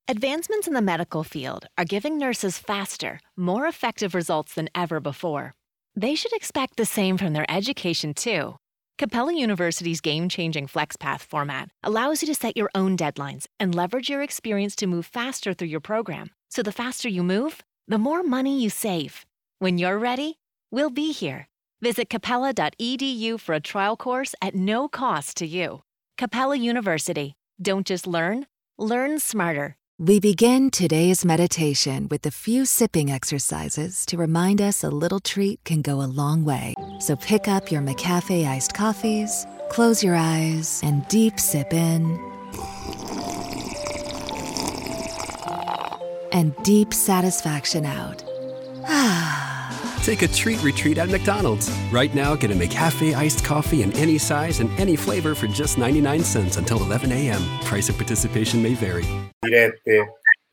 Advancements in the medical field are giving nurses faster, more effective results than ever before. They should expect the same from their education, too. Capella University's game-changing FlexPath format allows you to set your own deadlines and leverage your experience to move faster through your program. So the faster you move, the more money you save. When you're ready, we'll be here. Visit capella.edu for a trial course at no cost to you. Capella University. Don't just learn smarter. We begin today's meditation with a few sipping exercises to remind us a little treat can go a long way. So pick up your McCafe iced coffees, close your eyes, and deep sip in. And deep satisfaction out. Take a treat retreat at McDonald's. Right now, get a McCafe iced coffee in any size and any flavor for just 99 cents until 11 a.m. Price of participation may vary. Dirette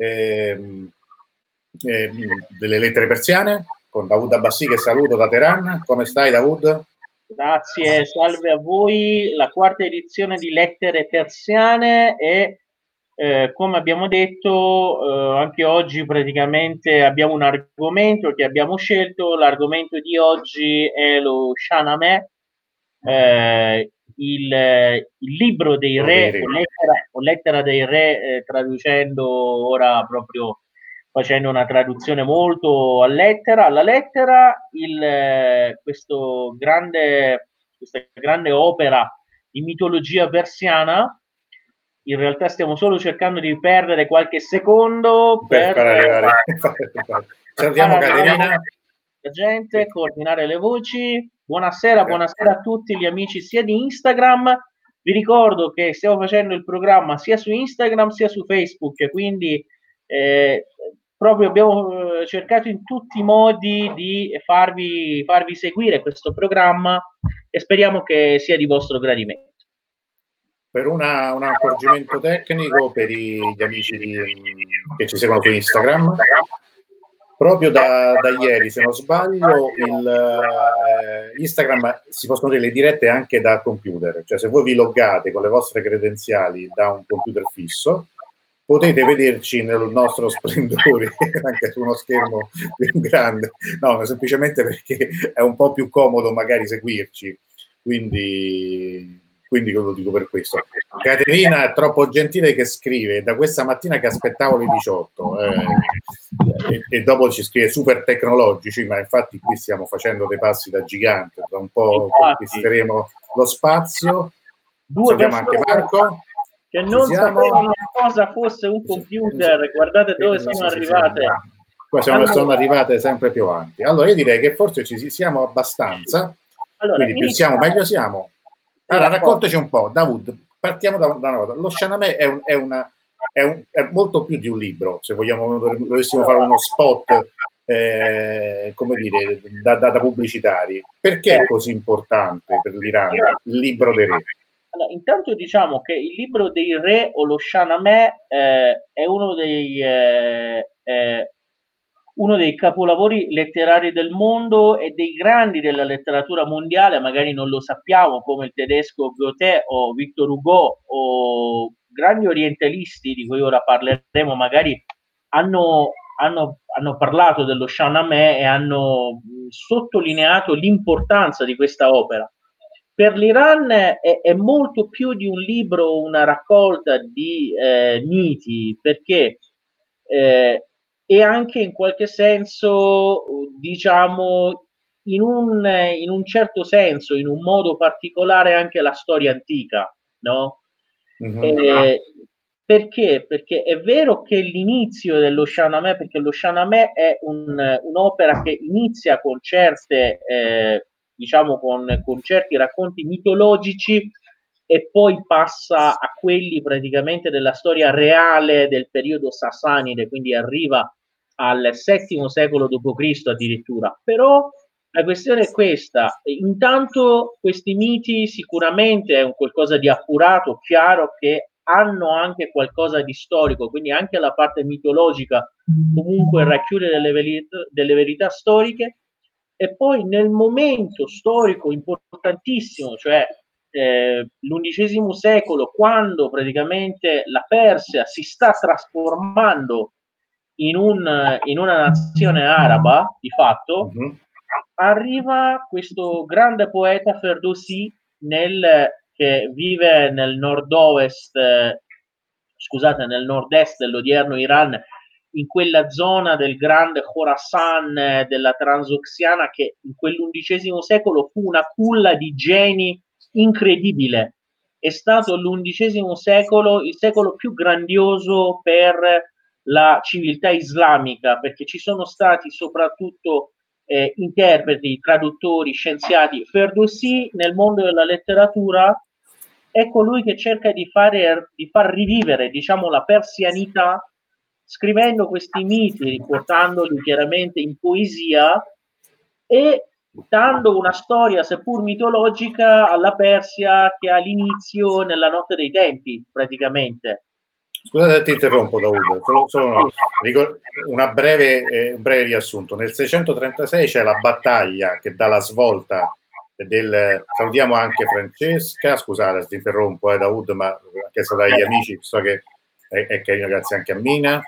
delle lettere persiane con Dawood Abbassi, che saluto da Teheran. Come stai, Dawood? Grazie, salve a voi. La quarta edizione di Lettere Persiane e come abbiamo detto anche oggi praticamente abbiamo un argomento che abbiamo scelto. L'argomento di oggi è lo Shahnameh, il libro dei re o lettera dei re, traducendo ora proprio facendo una traduzione molto alla lettera, questa grande opera di mitologia persiana. In realtà stiamo solo cercando di perdere qualche secondo per far arrivare. Salutiamo Caterina. La gente, coordinare le voci. Buonasera a tutti gli amici sia di Instagram. Vi ricordo che stiamo facendo il programma sia su Instagram sia su Facebook, quindi proprio abbiamo cercato in tutti i modi di farvi seguire questo programma e speriamo che sia di vostro gradimento. Per un accorgimento tecnico per gli amici che ci seguono su Instagram, proprio da ieri, se non sbaglio, Instagram si possono vedere le dirette anche da computer, cioè se voi vi loggate con le vostre credenziali da un computer fisso, potete vederci nel nostro splendore anche su uno schermo più grande, no, semplicemente perché è un po' più comodo magari seguirci, quindi lo dico per questo. Caterina è troppo gentile che scrive da questa mattina che aspettavo le 18 e dopo ci scrive super tecnologici, ma infatti qui stiamo facendo dei passi da gigante, tra un po' conquisteremo lo spazio. Salutiamo anche Marco che non sapevano cosa fosse un computer, guardate dove sono arrivate. Qua sono arrivate sempre più avanti. Allora io direi che forse ci siamo abbastanza, quindi più siamo meglio siamo. Allora, raccontaci un po', Dawood, partiamo da una cosa. Lo Shahnameh è molto più di un libro, se dovessimo fare uno spot, come dire, da pubblicitari. Perché è così importante per l'Iran il libro dei re? Allora, intanto diciamo che il libro dei re o lo Shahnameh è uno dei capolavori letterari del mondo e dei grandi della letteratura mondiale, magari non lo sappiamo, come il tedesco Goethe o Victor Hugo o grandi orientalisti di cui ora parleremo, magari hanno parlato dello Shahnameh e hanno sottolineato l'importanza di questa opera. Per l'Iran è molto più di un libro, una raccolta di miti, perché e anche in qualche senso, diciamo, in un certo senso, in un modo particolare anche la storia antica, no? Mm-hmm. Perché? Perché è vero che l'inizio dello Shahnameh, perché lo Shahnameh è un'opera che inizia con certe, diciamo, con certi racconti mitologici e poi passa a quelli praticamente della storia reale del periodo sassanide, quindi arriva al VII secolo d.C. addirittura. Però la questione è questa: intanto questi miti sicuramente è un qualcosa di accurato, chiaro, che hanno anche qualcosa di storico, quindi anche la parte mitologica comunque racchiude delle verità storiche, e poi nel momento storico importantissimo, cioè l'undicesimo secolo, quando praticamente la Persia si sta trasformando in una nazione araba, di fatto, arriva questo grande poeta Ferdowsi che vive nel nord-ovest, scusate, nel nord-est dell'odierno Iran, in quella zona del grande Khorasan, della Transoxiana, che in quell'undicesimo secolo fu una culla di geni incredibile. È stato l'undicesimo secolo il secolo più grandioso per la civiltà islamica, perché ci sono stati soprattutto interpreti, traduttori, scienziati. Ferdowsi nel mondo della letteratura è colui che cerca di far rivivere, diciamo, la persianità, scrivendo questi miti, riportandoli chiaramente in poesia e dando una storia, seppur mitologica, alla Persia che ha l'inizio nella notte dei tempi, praticamente. Scusate, ti interrompo, Daud, solo un breve riassunto. Nel 636 c'è la battaglia che dà la svolta salutiamo anche Francesca, scusate, ti interrompo, Daud, ma chiesto dagli amici, so che è carino, grazie anche a Mina.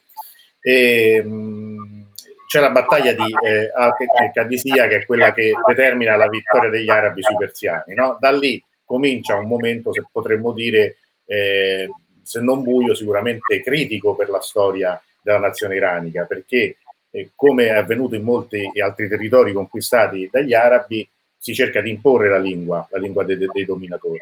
C'è la battaglia di Qadisiyah, che è quella che determina la vittoria degli arabi sui persiani, no? Da lì comincia un momento, se potremmo dire, se non buio, sicuramente critico per la storia della nazione iranica, perché come è avvenuto in molti altri territori conquistati dagli arabi, si cerca di imporre la lingua dei dominatori.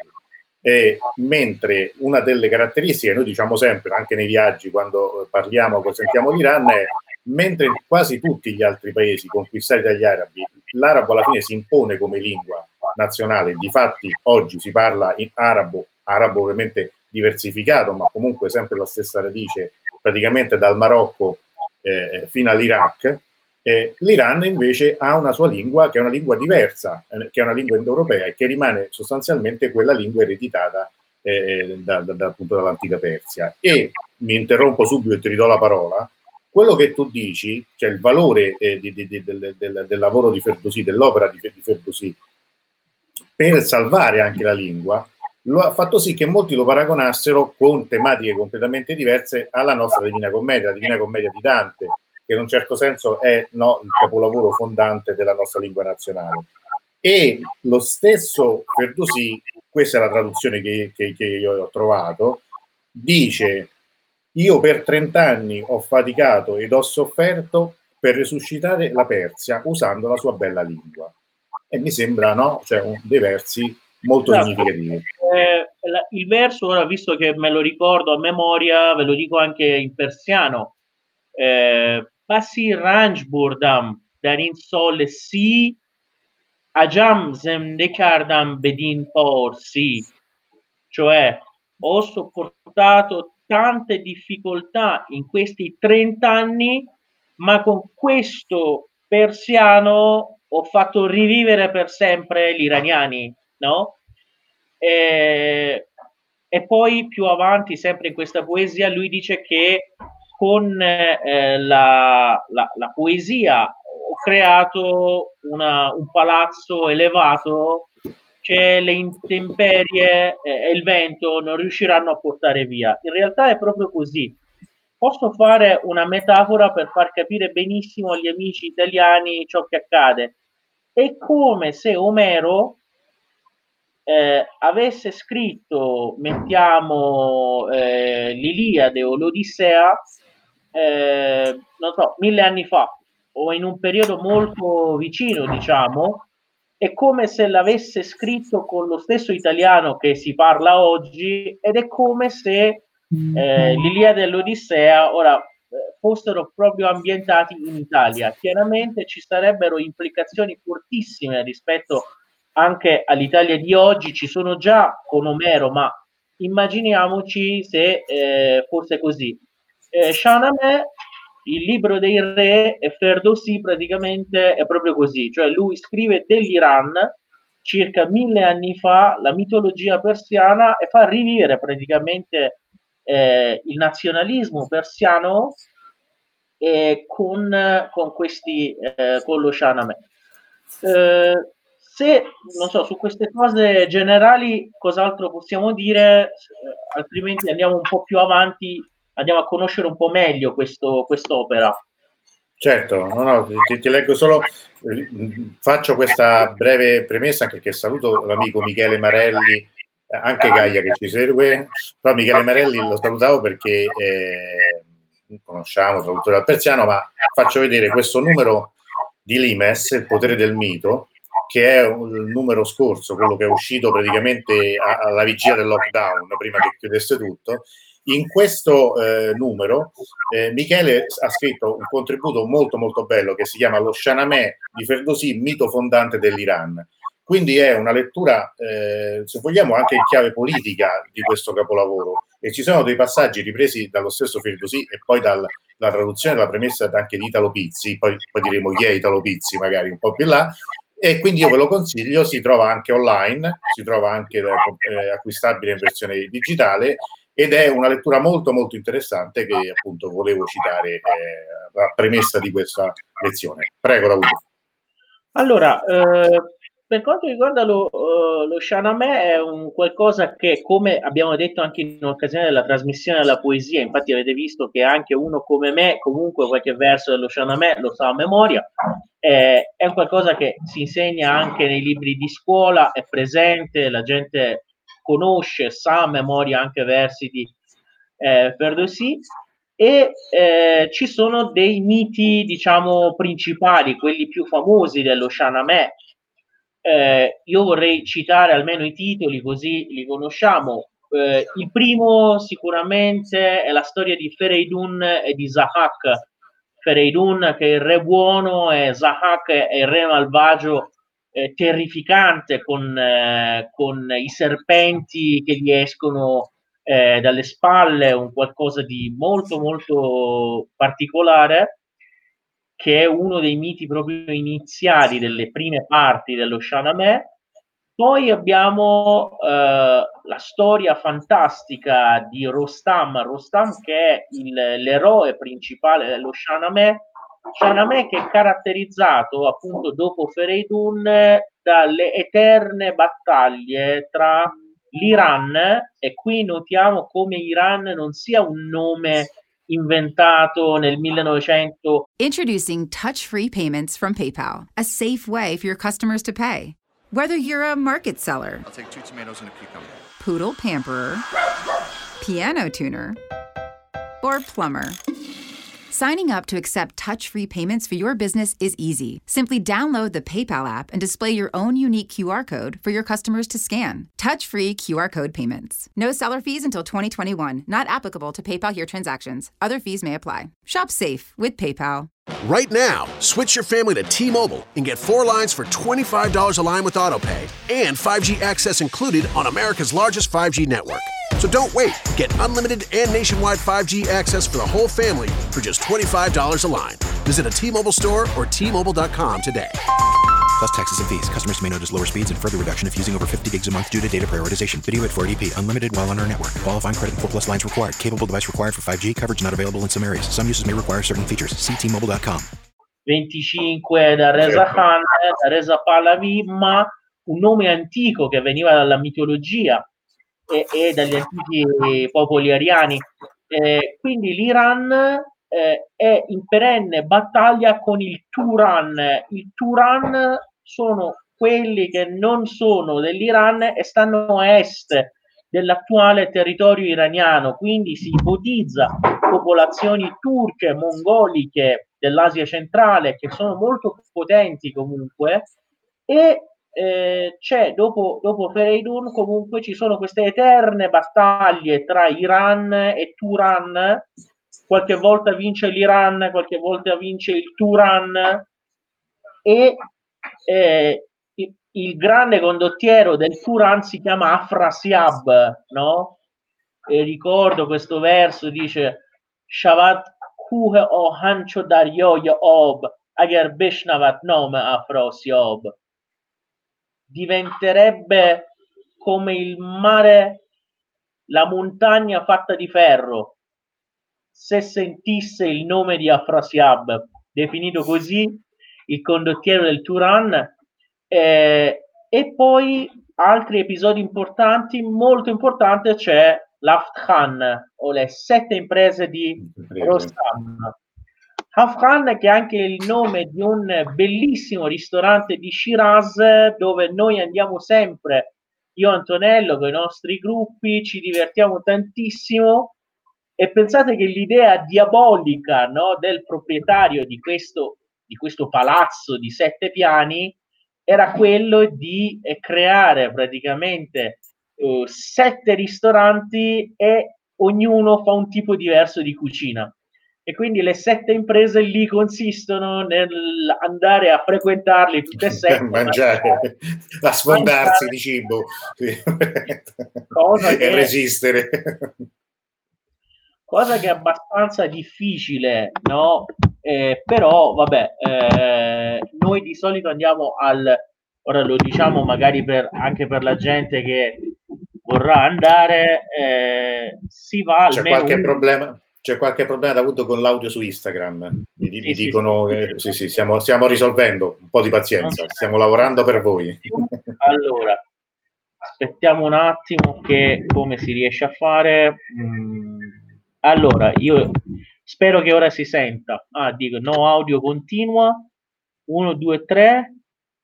Mentre una delle caratteristiche, noi diciamo sempre, anche nei viaggi, quando parliamo, sentiamo l'Iran, è mentre in quasi tutti gli altri paesi conquistati dagli arabi, l'arabo alla fine si impone come lingua nazionale. Difatti oggi si parla in arabo ovviamente diversificato, ma comunque sempre la stessa radice, praticamente dal Marocco fino all'Iraq. L'Iran invece ha una sua lingua che è una lingua diversa, che è una lingua indoeuropea e che rimane sostanzialmente quella lingua ereditata appunto dall'antica Persia. E mi interrompo subito e ti ridò la parola. Quello che tu dici, cioè il valore del lavoro di Ferdowsi, dell'opera di Ferdowsi, per salvare anche la lingua, lo ha fatto sì che molti lo paragonassero, con tematiche completamente diverse, alla nostra Divina Commedia, la Divina Commedia di Dante, che in un certo senso è il capolavoro fondante della nostra lingua nazionale. E lo stesso Ferdowsi, questa è la traduzione che io ho trovato, dice: io per 30 anni ho faticato ed ho sofferto per resuscitare la Persia usando la sua bella lingua. E mi sembra, no? Cioè, dei versi molto significativi. Il verso, ora, visto che me lo ricordo a memoria, ve lo dico anche in persiano. Pasi ranj burdam dar in sol si ajam zemde kardam bedin porsi, cioè ho sopportato tante difficoltà in questi 30 anni, ma con questo persiano ho fatto rivivere per sempre gli iraniani, no? E poi più avanti, sempre in questa poesia, lui dice che con la poesia ho creato un palazzo elevato che le intemperie e il vento non riusciranno a portare via. In realtà è proprio così. Posso fare una metafora per far capire benissimo agli amici italiani ciò che accade. È come se Omero avesse scritto, mettiamo, l'Iliade o l'Odissea, non so, 1000 anni fa, o in un periodo molto vicino, diciamo. È come se l'avesse scritto con lo stesso italiano che si parla oggi, ed è come se l'Iliade e l'Odissea ora fossero proprio ambientati in Italia. Chiaramente ci sarebbero implicazioni fortissime rispetto anche all'Italia di oggi. Ci sono già con Omero, ma immaginiamoci se fosse così. Shahnameh, il libro dei re, e Ferdowsi praticamente è proprio così, cioè lui scrive dell'Iran circa 1000 anni fa, la mitologia persiana, e fa rivivere praticamente il nazionalismo persiano con lo Shahnameh. se, non so, su queste cose generali cos'altro possiamo dire, altrimenti andiamo un po' più avanti, andiamo a conoscere un po' meglio quest'opera. Certo, no, ti leggo solo, faccio questa breve premessa anche che saluto l'amico Michele Marelli, anche Gaia che ci segue, però Michele Marelli lo salutavo perché conosciamo, traduttore dal persiano, ma faccio vedere questo numero di Limes, Il potere del mito, che è il numero scorso, quello che è uscito praticamente alla vigilia del lockdown, prima che chiudesse tutto. In questo numero Michele ha scritto un contributo molto molto bello che si chiama Lo Shahnameh di Ferdowsi, mito fondante dell'Iran. Quindi è una lettura, se vogliamo, anche in chiave politica di questo capolavoro. E ci sono dei passaggi ripresi dallo stesso Ferdowsi e poi dalla traduzione della premessa anche di Italo Pizzi, poi diremo chi è Italo Pizzi magari un po' più là, e quindi io ve lo consiglio, si trova anche online, si trova anche acquistabile in versione digitale, ed è una lettura molto molto interessante che appunto volevo citare la premessa di questa lezione. Prego, Raul. Allora, per quanto riguarda lo Shahnameh, è un qualcosa che, come abbiamo detto anche in occasione della trasmissione della poesia, infatti avete visto che anche uno come me comunque qualche verso dello Shahnameh lo sa a memoria, è un qualcosa che si insegna anche nei libri di scuola, è presente, la gente conosce, sa a memoria anche versi di Ferdowsi, e ci sono dei miti, diciamo, principali, quelli più famosi dello Shahnameh. Io vorrei citare almeno i titoli così li conosciamo. Il primo sicuramente è la storia di Fereidun e di Zahak. Fereidun che è il re buono e Zahak è il re malvagio, terrificante con i serpenti che gli escono dalle spalle, un qualcosa di molto molto particolare, che è uno dei miti proprio iniziali delle prime parti dello Shahnameh. Poi abbiamo la storia fantastica di Rostam, che è l'eroe principale dello Shahnameh, che è caratterizzato appunto dopo Fereidun dalle eterne battaglie tra l'Iran, e qui notiamo come Iran non sia un nome inventato nel 1900. Introducing touch-free payments from PayPal, a safe way for your customers to pay. Whether you're a market seller, I'll take 2 tomatoes and a cucumber, poodle pamperer, piano tuner, or plumber, signing up to accept touch-free payments for your business is easy. Simply download the PayPal app and display your own unique QR code for your customers to scan. Touch-free QR code payments. No seller fees until 2021. Not applicable to PayPal Here transactions. Other fees may apply. Shop safe with PayPal. Right now, switch your family to T-Mobile and get 4 lines for $25 a line with AutoPay and 5G access included on America's largest 5G network. So don't wait. Get unlimited and nationwide 5G access for the whole family for just $25 a line. Visit a T-Mobile store or T-Mobile.com today. Plus taxes and fees. Customers may notice lower speeds and further reduction if using over 50 gigs a month due to data prioritization. Video at 480p. Unlimited while on our network. Qualifying credit and 4 plus lines required. Capable device required for 5G. Coverage not available in some areas. Some uses may require certain features. See T-Mobile.com. 25 da Reza Khan, da Reza Pahlavi, ma un nome antico che veniva dalla mitologia e dagli antichi popoli ariani. Quindi l'Iran è in perenne battaglia con il Turan. Il Turan sono quelli che non sono dell'Iran e stanno a est dell'attuale territorio iraniano, quindi si ipotizza popolazioni turche, mongoliche dell'Asia centrale, che sono molto potenti comunque, e c'è dopo Fereidun comunque ci sono queste eterne battaglie tra Iran e Turan. Qualche volta vince l'Iran, qualche volta vince il Turan, e il grande condottiero del Turan si chiama Afrasiab, no? E ricordo questo verso, dice Shavat kuhe o hancho daryoy ob agar beshnavat nome Afrasiab. Diventerebbe come il mare, la montagna fatta di ferro, se sentisse il nome di Afrasiab, definito così il condottiero del Turan. E poi altri episodi importanti, molto importante, c'è l'Afghan o le 7 imprese di Rostam. Afghan, che è anche il nome di un bellissimo ristorante di Shiraz, dove noi andiamo sempre, io e Antonello, con i nostri gruppi, ci divertiamo tantissimo. E pensate che l'idea diabolica, no, del proprietario di questo palazzo di 7 piani era quello di creare praticamente 7 ristoranti e ognuno fa un tipo diverso di cucina. E quindi le 7 imprese lì consistono nell'andare a frequentarli tutte e 7, mangiare, a sfondarsi di cibo cosa e che resistere. Cosa che è abbastanza difficile, no? Però, vabbè, noi di solito andiamo ora lo diciamo magari anche per la gente che vorrà andare, si va C'è almeno qualche problema? C'è qualche problema avuto con l'audio su Instagram? Mi dicono sì. sì, stiamo risolvendo, un po' di pazienza, stiamo lavorando per voi. Allora, aspettiamo un attimo che come si riesce a fare. Allora, io spero che ora si senta. Dico no audio continua. 1, 2, 3.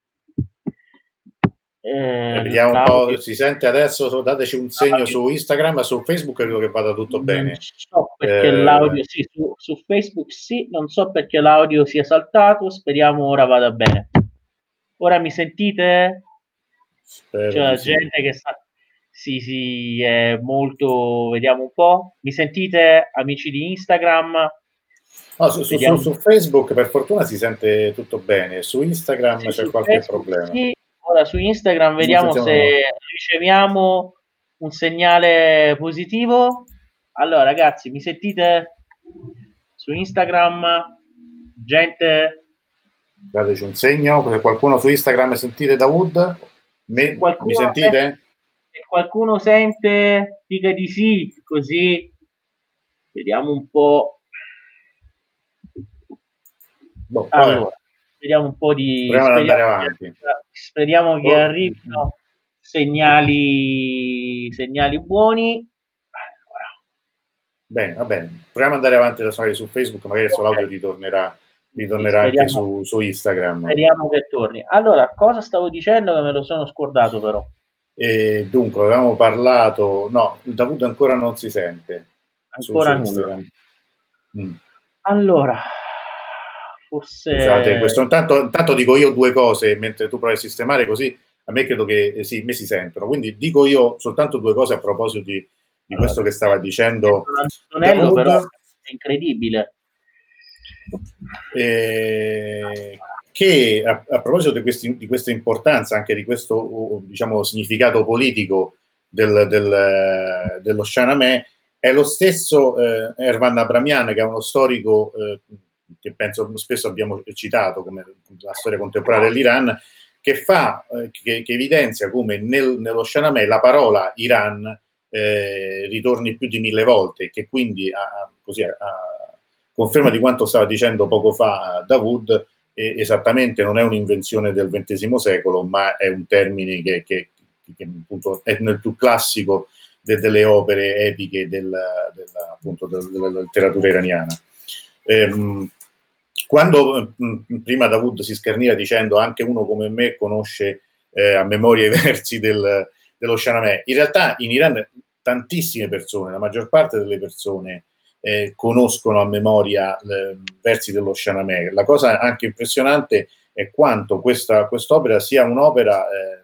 Vediamo un po', si sente adesso, dateci un segno su Instagram, su Facebook credo che vada tutto bene. Non so perché l'audio sì, su Facebook sì, non so perché l'audio sia saltato, speriamo ora vada bene. Ora mi sentite? Spero C'è la di sì. gente che sta sì, è molto, vediamo un po'. Mi sentite, amici di Instagram? No, su Facebook per fortuna si sente tutto bene, su Instagram Sì, c'è su qualche Facebook problema. sì. Ora su Instagram vediamo se riceviamo un segnale positivo. Allora ragazzi, mi sentite su Instagram? Gente? Dateci un segno, se qualcuno su Instagram sentite Dawood? Mi sentite? Se qualcuno sente, dica di sì, così vediamo un po'. Allora, vediamo un po' di speriamo che arrivino segnali buoni. Bene, va bene. Proviamo ad andare avanti su Facebook, magari adesso l'audio ritornerà anche su Instagram. Speriamo che torni. Allora, cosa stavo dicendo che me lo sono scordato però? Dunque, avevamo parlato, no, il Dawood ancora non si sente. Ancora nulla. Allora, forse... Scusate, intanto dico io due cose mentre tu provi a sistemare, così a me credo che sì, me si sentono. Quindi dico io soltanto due cose a proposito di questo che stava dicendo Antonello, però è incredibile. Che a proposito di questa importanza, anche di questo diciamo significato politico dello Shahnameh, è lo stesso Erwan Abramian, che è uno storico che penso spesso abbiamo citato come la storia contemporanea dell'Iran, che evidenzia come nello Shahnameh la parola Iran ritorni più di 1000 volte, che quindi conferma di quanto stava dicendo poco fa Dawood, esattamente non è un'invenzione del XX secolo, ma è un termine che appunto è nel più classico delle opere epiche della letteratura iraniana. Quando prima Dawood si scherniva dicendo anche uno come me conosce a memoria i versi dello Shahnameh, in realtà in Iran tantissime persone, la maggior parte delle persone conoscono a memoria versi dello Shahnameh. La cosa anche impressionante è quanto quest'opera sia un'opera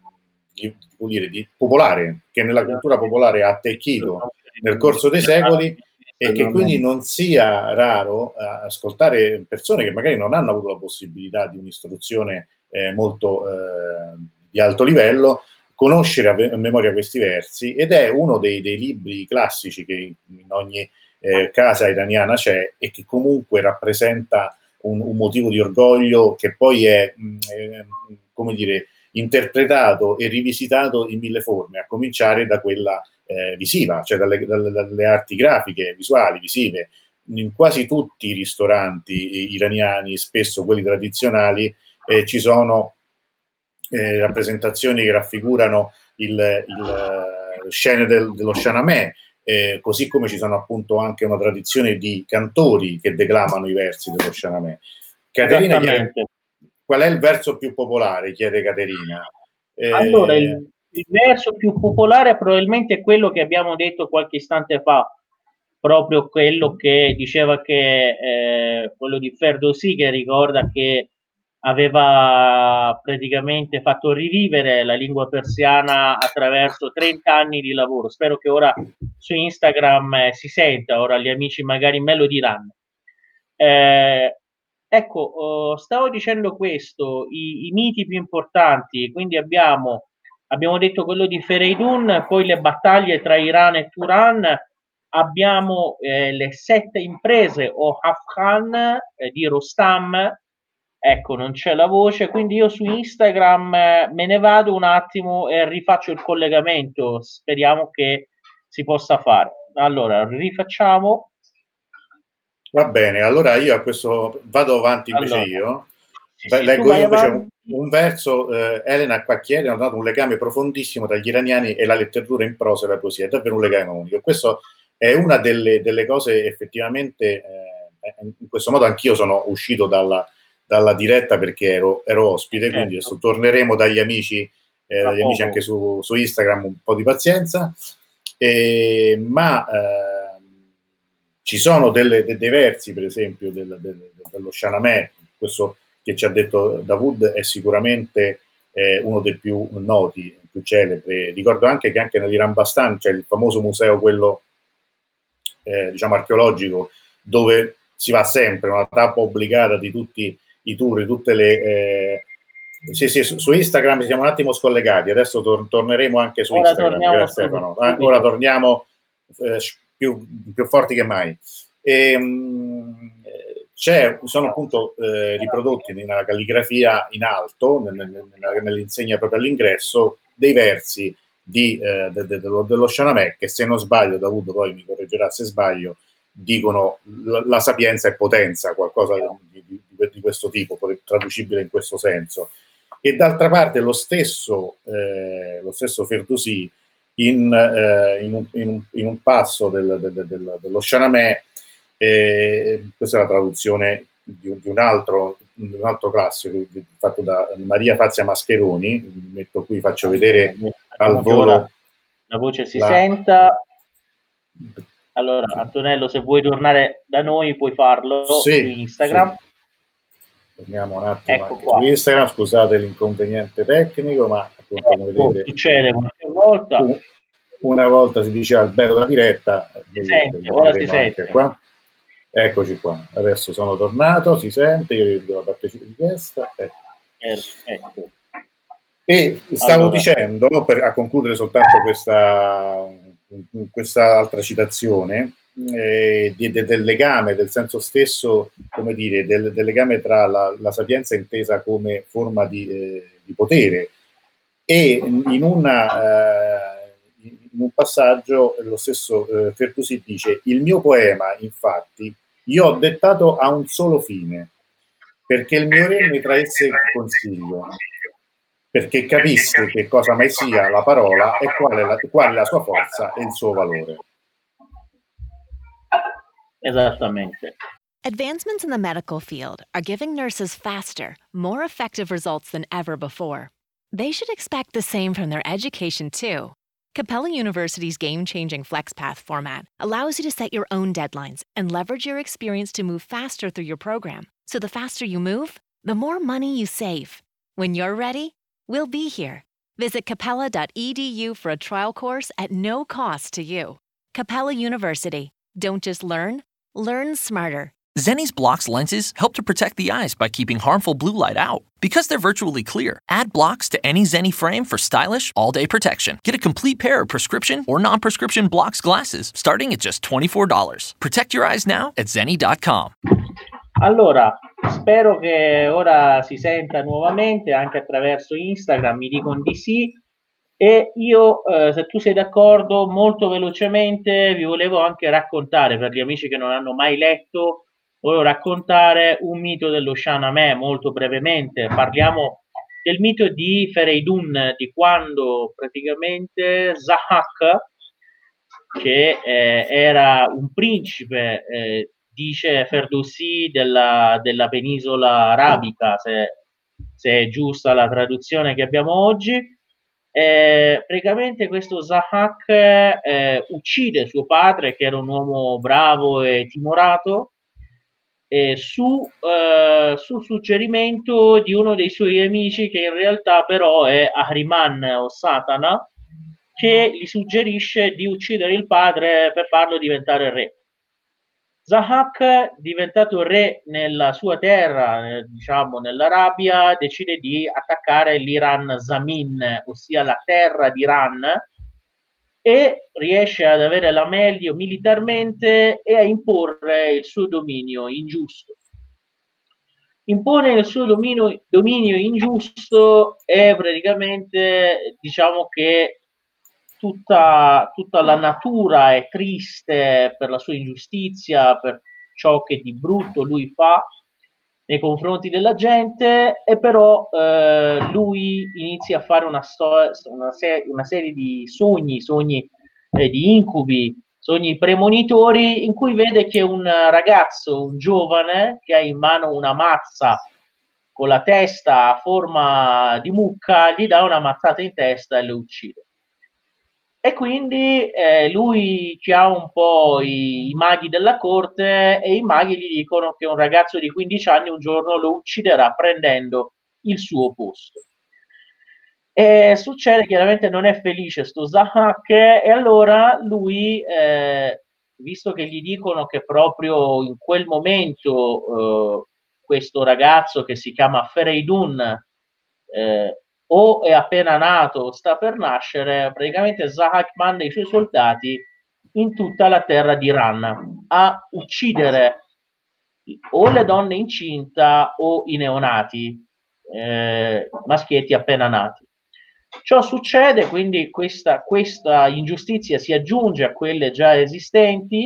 popolare, che nella cultura popolare ha attecchito nel corso dei secoli, e che quindi non sia raro ascoltare persone che magari non hanno avuto la possibilità di un'istruzione molto di alto livello, conoscere a memoria questi versi, ed è uno dei libri classici che in ogni casa iraniana c'è, e che comunque rappresenta un motivo di orgoglio, che poi è come dire, interpretato e rivisitato in 1000 forme, a cominciare da quella visiva, cioè dalle arti grafiche, visuali, visive. In quasi tutti i ristoranti iraniani, spesso quelli tradizionali, ci sono rappresentazioni che raffigurano le scene dello Shahnameh, così come ci sono appunto anche una tradizione di cantori che declamano i versi dello Shahnameh. Caterina chiede, qual è il verso più popolare? Chiede Caterina. Allora, il verso più popolare probabilmente è quello che abbiamo detto qualche istante fa, proprio quello che diceva che quello di Ferdowsi, che ricorda che aveva praticamente fatto rivivere la lingua persiana attraverso 30 anni di lavoro. Spero che ora su Instagram si senta, ora gli amici magari me lo diranno. Ecco, stavo dicendo questo, i miti più importanti, quindi abbiamo detto quello di Fereidun, poi le battaglie tra Iran e Turan, abbiamo le 7 imprese o Afghan di Rostam, ecco, non c'è la voce, quindi io su Instagram me ne vado un attimo e rifaccio il collegamento, speriamo che si possa fare. Allora, rifacciamo. Va bene, allora io a questo vado avanti invece io. Leggo io invece un verso. Elena qua chiede, ha dato un legame profondissimo tra gli iraniani e la letteratura in prosa e la poesia, è davvero un legame unico. Questo è una delle cose effettivamente, in questo modo anch'io sono uscito dalla diretta perché ero ospite, quindi adesso torneremo dagli amici anche su Instagram, un po' di pazienza, ma ci sono dei versi, per esempio, dello Shahnameh, questo che ci ha detto Davud è sicuramente uno dei più noti, più celebri. Ricordo anche che anche nell'Iran Bastan c'è il famoso museo, quello diciamo archeologico, dove si va sempre, una tappa obbligata di tutti i tour, di tutte le... Sì, su Instagram siamo un attimo scollegati, adesso torneremo anche su Instagram. Grazie Stefano. Ora torniamo più forti che mai. Sono appunto riprodotti nella calligrafia in alto, nell'insegna proprio all'ingresso, dei versi dello Shahnameh, che, se non sbaglio, Davuto poi mi correggerà se sbaglio, dicono la sapienza e potenza, qualcosa di questo tipo, traducibile in questo senso. E d'altra parte lo stesso Ferdowsi in un passo dello Shahnameh, questa è la traduzione di un altro classico fatto da Maria Fazia Mascheroni, metto qui, faccio vedere al volo. La voce si senta. Allora, Antonello, se vuoi tornare da noi puoi farlo su Instagram. Sì. Torniamo un attimo anche su Instagram, scusate l'inconveniente tecnico, ma appunto come vedete succede qualche volta. Una volta si diceva il bello della diretta, ora si sente. Qua. Eccoci qua, adesso sono tornato, si sente, io vedo la partecipazione. Ecco. E stavo dicendo, a concludere soltanto questa altra citazione, del legame, del senso stesso, come dire, del legame tra la sapienza intesa come forma di potere, e in un passaggio lo stesso Ferdowsi dice: il mio poema, infatti, io ho dettato a un solo fine, perché il mio re mi traesse il consiglio, perché capisse che cosa mai sia la parola e qual è la sua forza e il suo valore. Esattamente. Advancements in the medical field are giving nurses faster, more effective results than ever before. They should expect the same from their education, too. Capella University's game-changing FlexPath format allows you to set your own deadlines and leverage your experience to move faster through your program. So the faster you move, the more money you save. When you're ready, we'll be here. Visit capella.edu for a trial course at no cost to you. Capella University. Don't just learn smarter. Zenni's Blocks lenses help to protect the eyes by keeping harmful blue light out. Because they're virtually clear, add blocks to any Zenni frame for stylish, all-day protection. Get a complete pair of prescription or non-prescription Blocks glasses starting at just $24. Protect your eyes now at zenni.com. Allora, spero che ora si senta nuovamente anche attraverso Instagram, mi dicono di sì. E io, se tu sei d'accordo, molto velocemente vi volevo anche raccontare, per gli amici che non hanno mai letto, volevo raccontare un mito dello Shahnameh molto brevemente. Parliamo del mito di Fereidun, di quando praticamente Zahak, che era un principe, dice Ferdowsi, della penisola arabica, se è giusta la traduzione che abbiamo oggi. Praticamente questo Zahak uccide suo padre, che era un uomo bravo e timorato, su suggerimento di uno dei suoi amici, che in realtà però è Ahriman o Satana, che gli suggerisce di uccidere il padre per farlo diventare re. Zahak, diventato re nella sua terra, diciamo nell'Arabia, decide di attaccare l'Iran Zamin, ossia la terra d'Iran, e riesce ad avere la meglio militarmente e a imporre il suo dominio ingiusto. Impone il suo dominio ingiusto e praticamente diciamo che tutta la natura è triste per la sua ingiustizia, per ciò che di brutto lui fa nei confronti della gente, e però lui inizia a fare una serie di sogni di incubi, sogni premonitori, in cui vede che un ragazzo, un giovane, che ha in mano una mazza con la testa a forma di mucca, gli dà una mazzata in testa e lo uccide. E quindi lui ha un po' i maghi della corte, e i maghi gli dicono che un ragazzo di 15 anni un giorno lo ucciderà prendendo il suo posto. E succede, chiaramente non è felice sto Zahak, e allora lui, visto che gli dicono che proprio in quel momento questo ragazzo, che si chiama Fereidun, o è appena nato o sta per nascere, praticamente Zahak manda i suoi soldati in tutta la terra d'Iran a uccidere o le donne incinta o i neonati, maschietti appena nati. Ciò succede, quindi questa ingiustizia si aggiunge a quelle già esistenti,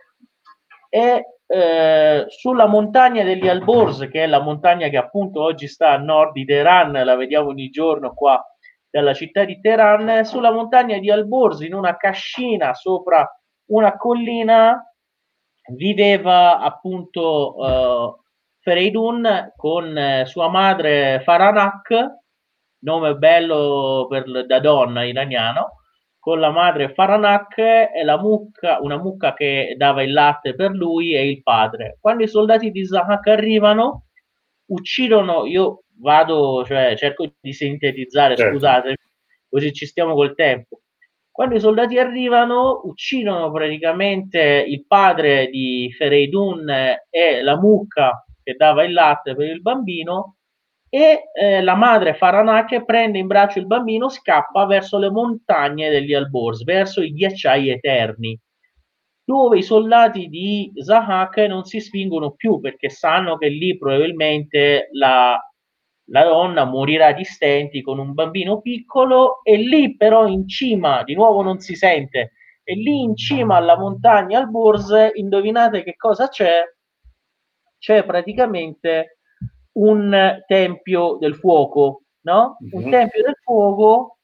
e sulla montagna degli Alborz, che è la montagna che appunto oggi sta a nord di Teheran, la vediamo ogni giorno qua dalla città di Teheran, sulla montagna di Alborz, in una cascina sopra una collina, viveva appunto Fereidun con sua madre Faranak, nome bello da donna iraniano, con la madre Faranak e la mucca, una mucca che dava il latte per lui, e il padre. Quando i soldati di Zahak arrivano, uccidono, io vado, cioè cerco di sintetizzare, certo. Scusate, così ci stiamo col tempo. Quando i soldati arrivano, uccidono praticamente il padre di Fereidun e la mucca che dava il latte per il bambino, e la madre Faranak prende in braccio il bambino, scappa verso le montagne degli Alborz, verso i ghiacciai eterni, dove i soldati di Zahak non si spingono più, perché sanno che lì probabilmente la donna morirà di stenti con un bambino piccolo, e lì però in cima, di nuovo non si sente, e lì in cima alla montagna Alborz, indovinate che cosa c'è? C'è praticamente un tempio del fuoco, no? Un tempio del fuoco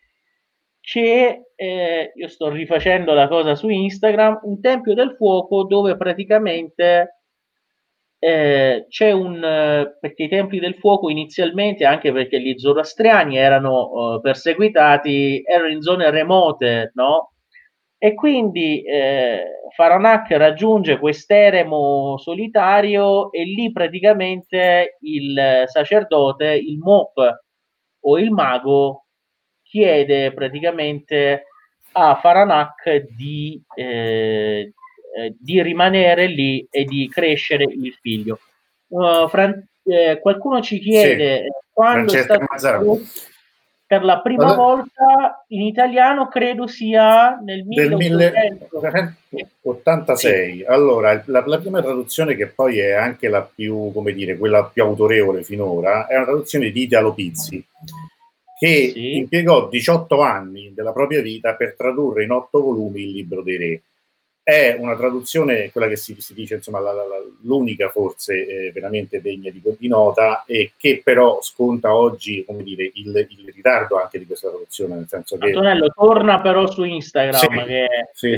che io sto rifacendo la cosa su Instagram, un tempio del fuoco dove praticamente c'è perché i templi del fuoco inizialmente, anche perché gli zoroastriani erano perseguitati, erano in zone remote, no? E quindi Faranak raggiunge quest'eremo solitario, e lì praticamente il sacerdote, il Mop o il mago, chiede praticamente a Faranak di rimanere lì e di crescere il figlio. Qualcuno ci chiede quando è stato per la prima volta in italiano, credo sia nel 1886. Sì. Allora, la prima traduzione, che poi è anche la più, come dire, quella più autorevole finora, è una traduzione di Italo Pizzi, che impiegò 18 anni della propria vita per tradurre in 8 volumi il Libro dei Re. è una traduzione, quella che si dice, insomma, l'unica forse veramente degna di nota, e che però sconta oggi, come dire, il ritardo anche di questa traduzione, nel senso che... Antonello, torna però su Instagram. Sì,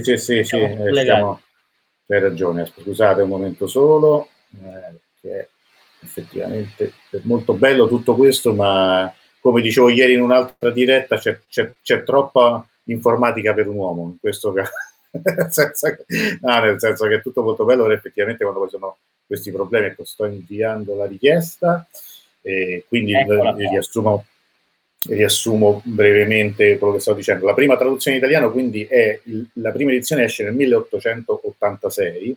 hai ragione, scusate un momento solo, che effettivamente è molto bello tutto questo, ma come dicevo ieri in un'altra diretta, c'è troppa informatica per un uomo in questo caso. nel senso che è tutto molto bello, però effettivamente quando ci sono questi problemi, ecco, sto inviando la richiesta, e quindi riassumo brevemente quello che stavo dicendo. La prima traduzione in italiano quindi la prima edizione esce nel 1886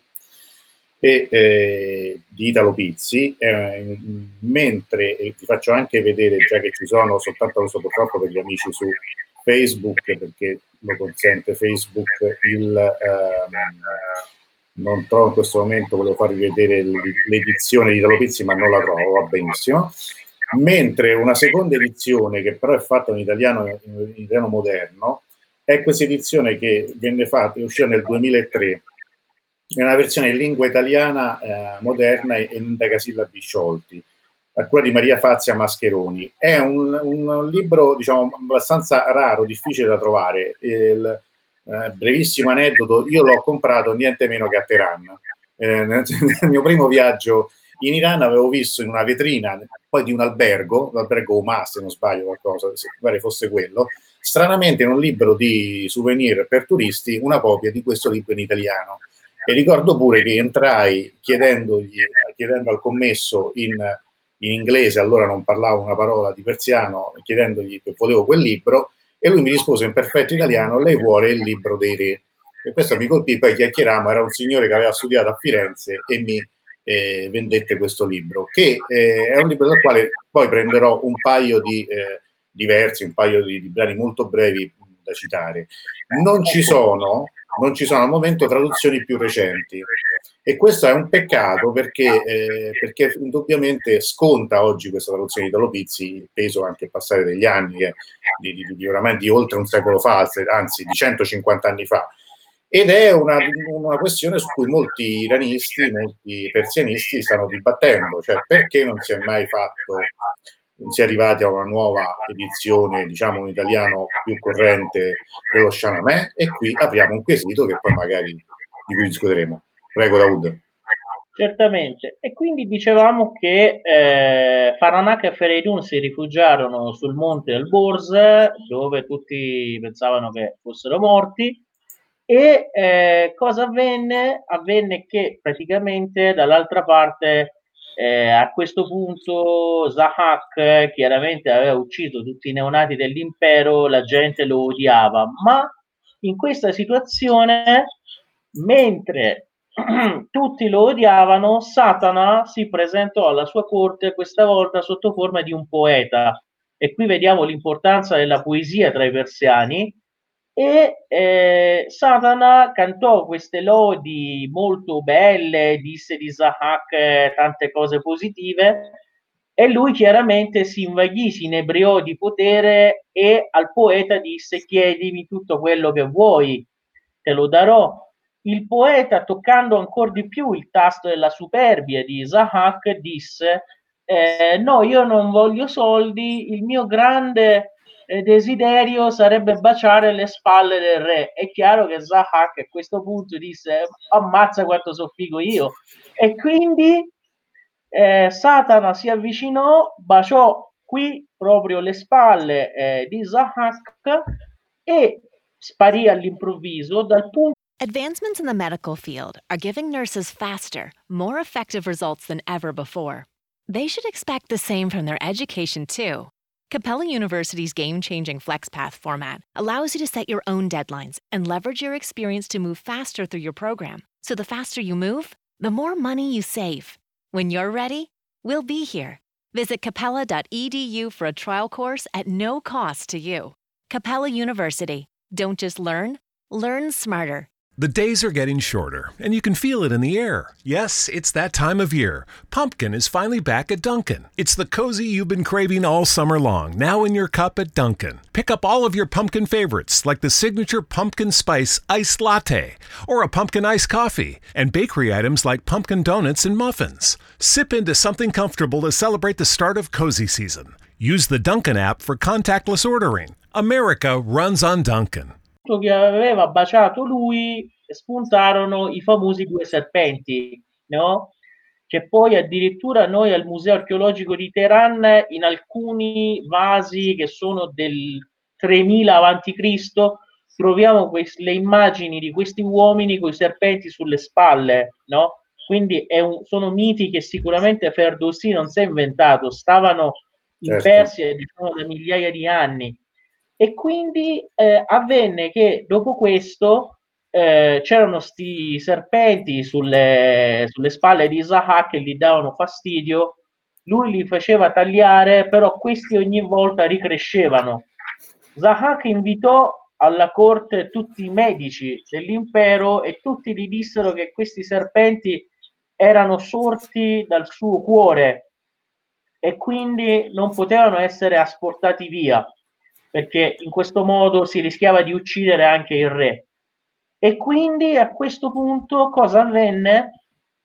di Italo Pizzi, mentre ti faccio anche vedere, già che ci sono, soltanto questo purtroppo per gli amici su Facebook, perché lo consente Facebook, non trovo in questo momento, volevo farvi vedere l'edizione di Italo Pizzi, ma non la trovo, va benissimo. Mentre una seconda edizione, che però è fatta in italiano moderno, è questa edizione che venne fatta, è uscita nel 2003, è una versione in lingua italiana moderna e in decasillabi sciolti, a cura di Maria Fazia Mascheroni. È un libro, diciamo, abbastanza raro, difficile da trovare. Brevissimo aneddoto, io l'ho comprato niente meno che a Teheran. Nel mio primo viaggio in Iran avevo visto in una vetrina poi di un albergo, l'albergo Omar, se non sbaglio, qualcosa, se pare fosse quello, stranamente in un libro di souvenir per turisti, una copia di questo libro in italiano. E ricordo pure che entrai chiedendo al commesso in inglese, allora non parlavo una parola di persiano, chiedendogli che volevo quel libro, e lui mi rispose in perfetto italiano: lei vuole il libro dei re. E questo mi colpì, poi chiacchierammo, era un signore che aveva studiato a Firenze e mi vendette questo libro, che è un libro dal quale poi prenderò un paio di versi, un paio di brani molto brevi da citare. Non ci sono al momento traduzioni più recenti, e questo è un peccato, perché indubbiamente sconta oggi questa traduzione di Italo Pizzi il peso anche passare degli anni, di oramai di oltre un secolo fa, anzi di 150 anni fa. Ed è una questione su cui molti iranisti, molti persianisti stanno dibattendo, cioè perché non si è arrivati a una nuova edizione, diciamo un italiano più corrente dello Shahnameh, e qui apriamo un quesito che poi magari di cui discuteremo. Prego, Daoud. Certamente, e quindi dicevamo che Faranak e Fereidun si rifugiarono sul monte Elborz, dove tutti pensavano che fossero morti. E cosa avvenne? Avvenne che praticamente dall'altra parte a questo punto Zahak chiaramente aveva ucciso tutti i neonati dell'impero, la gente lo odiava, ma in questa situazione, mentre tutti lo odiavano, Satana si presentò alla sua corte, questa volta sotto forma di un poeta, e qui vediamo l'importanza della poesia tra i persiani. E Satana cantò queste lodi molto belle, disse di Zahak tante cose positive, e lui chiaramente si invaghì, si inebriò di potere, e al poeta disse: chiedimi tutto quello che vuoi, te lo darò. Il poeta, toccando ancora di più il tasto della superbia di Zahak, disse: no, io non voglio soldi, il mio grande desiderio sarebbe baciare le spalle del re. È chiaro che Zahak a questo punto disse: ammazza quanto so figo io. E quindi Satana si avvicinò, baciò qui proprio le spalle di Zahak e sparì all'improvviso dal punto. Advancements in the medical field are giving nurses faster, more effective results than ever before. They should expect the same from their education, too. Capella University's game-changing FlexPath format allows you to set your own deadlines and leverage your experience to move faster through your program. So the faster you move, the more money you save. When you're ready, we'll be here. Visit capella.edu for a trial course at no cost to you. Capella University. Don't just learn, learn smarter. The days are getting shorter, and you can feel it in the air. Yes, it's that time of year. Pumpkin is finally back at Dunkin'. It's the cozy you've been craving all summer long, now in your cup at Dunkin'. Pick up all of your pumpkin favorites, like the signature pumpkin spice iced latte, or a pumpkin iced coffee, and bakery items like pumpkin donuts and muffins. Sip into something comfortable to celebrate the start of cozy season. Use the Dunkin' app for contactless ordering. America runs on Dunkin'. Che aveva baciato lui, spuntarono i famosi due serpenti, no? Che poi addirittura noi al Museo Archeologico di Teheran, in alcuni vasi che sono del 3000 a.C., troviamo le immagini di questi uomini con i serpenti sulle spalle, no? Quindi sono miti che sicuramente Ferdowsi non si è inventato, stavano in Persia, diciamo, da migliaia di anni. E quindi avvenne che dopo questo c'erano sti serpenti sulle spalle di Isaac che gli davano fastidio, lui li faceva tagliare, però questi ogni volta ricrescevano. Isaac invitò alla corte tutti i medici dell'impero e tutti gli dissero che questi serpenti erano sorti dal suo cuore e quindi non potevano essere asportati via, perché in questo modo si rischiava di uccidere anche il re. E quindi a questo punto cosa avvenne?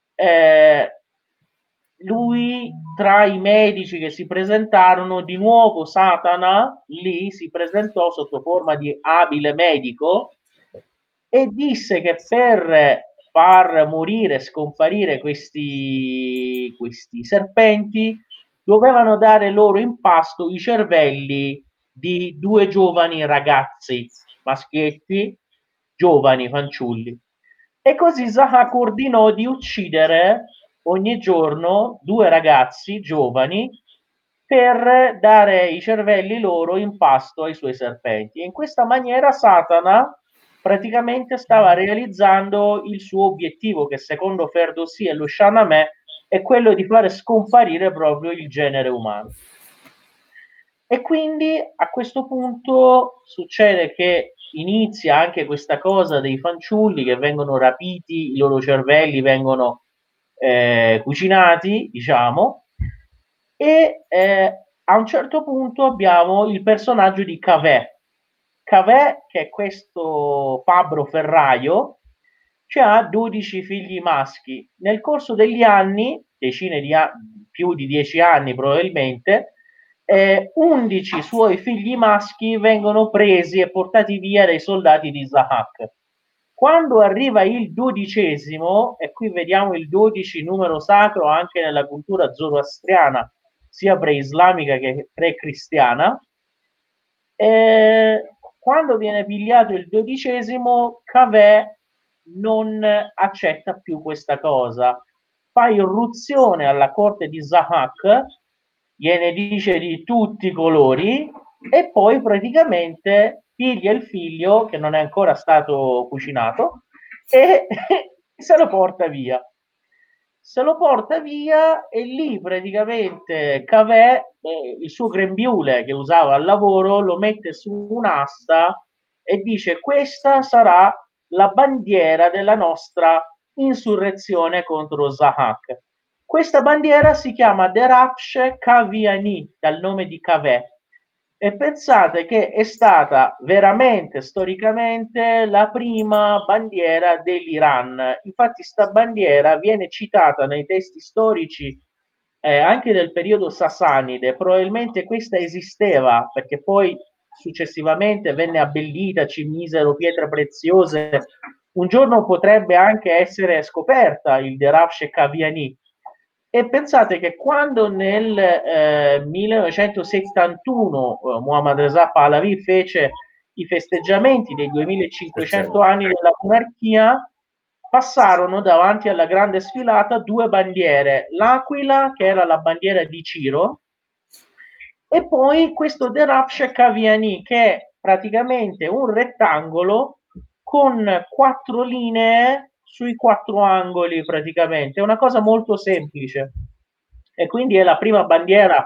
Lui, tra i medici che si presentarono, di nuovo Satana lì si presentò sotto forma di abile medico e disse che per far morire, scomparire questi serpenti, dovevano dare loro in pasto i cervelli di due giovani ragazzi, maschietti, giovani fanciulli. E così Isaac ordinò di uccidere ogni giorno due ragazzi giovani per dare i cervelli loro in pasto ai suoi serpenti. E in questa maniera Satana praticamente stava realizzando il suo obiettivo, che secondo Ferdowsi e lo Shahnameh è quello di fare scomparire proprio il genere umano. E quindi a questo punto succede che inizia anche questa cosa dei fanciulli che vengono rapiti, i loro cervelli vengono cucinati, diciamo, e a un certo punto abbiamo il personaggio di Kaveh. Kaveh, che è questo fabbro ferraio, che ha 12 figli maschi. Nel corso degli anni, decine di anni, più di 10 anni probabilmente, 11 suoi figli maschi vengono presi e portati via dai soldati di Isaac. Quando arriva il 12°, e qui vediamo il 12 numero sacro anche nella cultura zoroastriana, sia preislamica che pre-cristiana, quando viene pigliato il 12°, Kaveh non accetta più questa cosa, fa irruzione alla corte di Isaac, gliene dice di tutti i colori e poi praticamente piglia il figlio che non è ancora stato cucinato e se lo porta via. Se lo porta via e lì praticamente Kaveh, il suo grembiule che usava al lavoro, lo mette su un'asta e dice: questa sarà la bandiera della nostra insurrezione contro Isaac. Questa bandiera si chiama Derafsh Kaviani, dal nome di Kaveh, e pensate che è stata veramente storicamente la prima bandiera dell'Iran. Infatti sta bandiera viene citata nei testi storici anche del periodo Sassanide. Probabilmente questa esisteva perché poi successivamente venne abbellita, ci misero pietre preziose. Un giorno potrebbe anche essere scoperta il Derafsh Kaviani. E pensate che quando nel 1971 Muhammad Reza Pahlavi fece i festeggiamenti dei 2500 anni della monarchia, passarono davanti alla grande sfilata due bandiere, l'aquila che era la bandiera di Ciro e poi questo Derafsh Kaviani che è praticamente un rettangolo con 4 linee sui 4 angoli praticamente, è una cosa molto semplice e quindi è la prima bandiera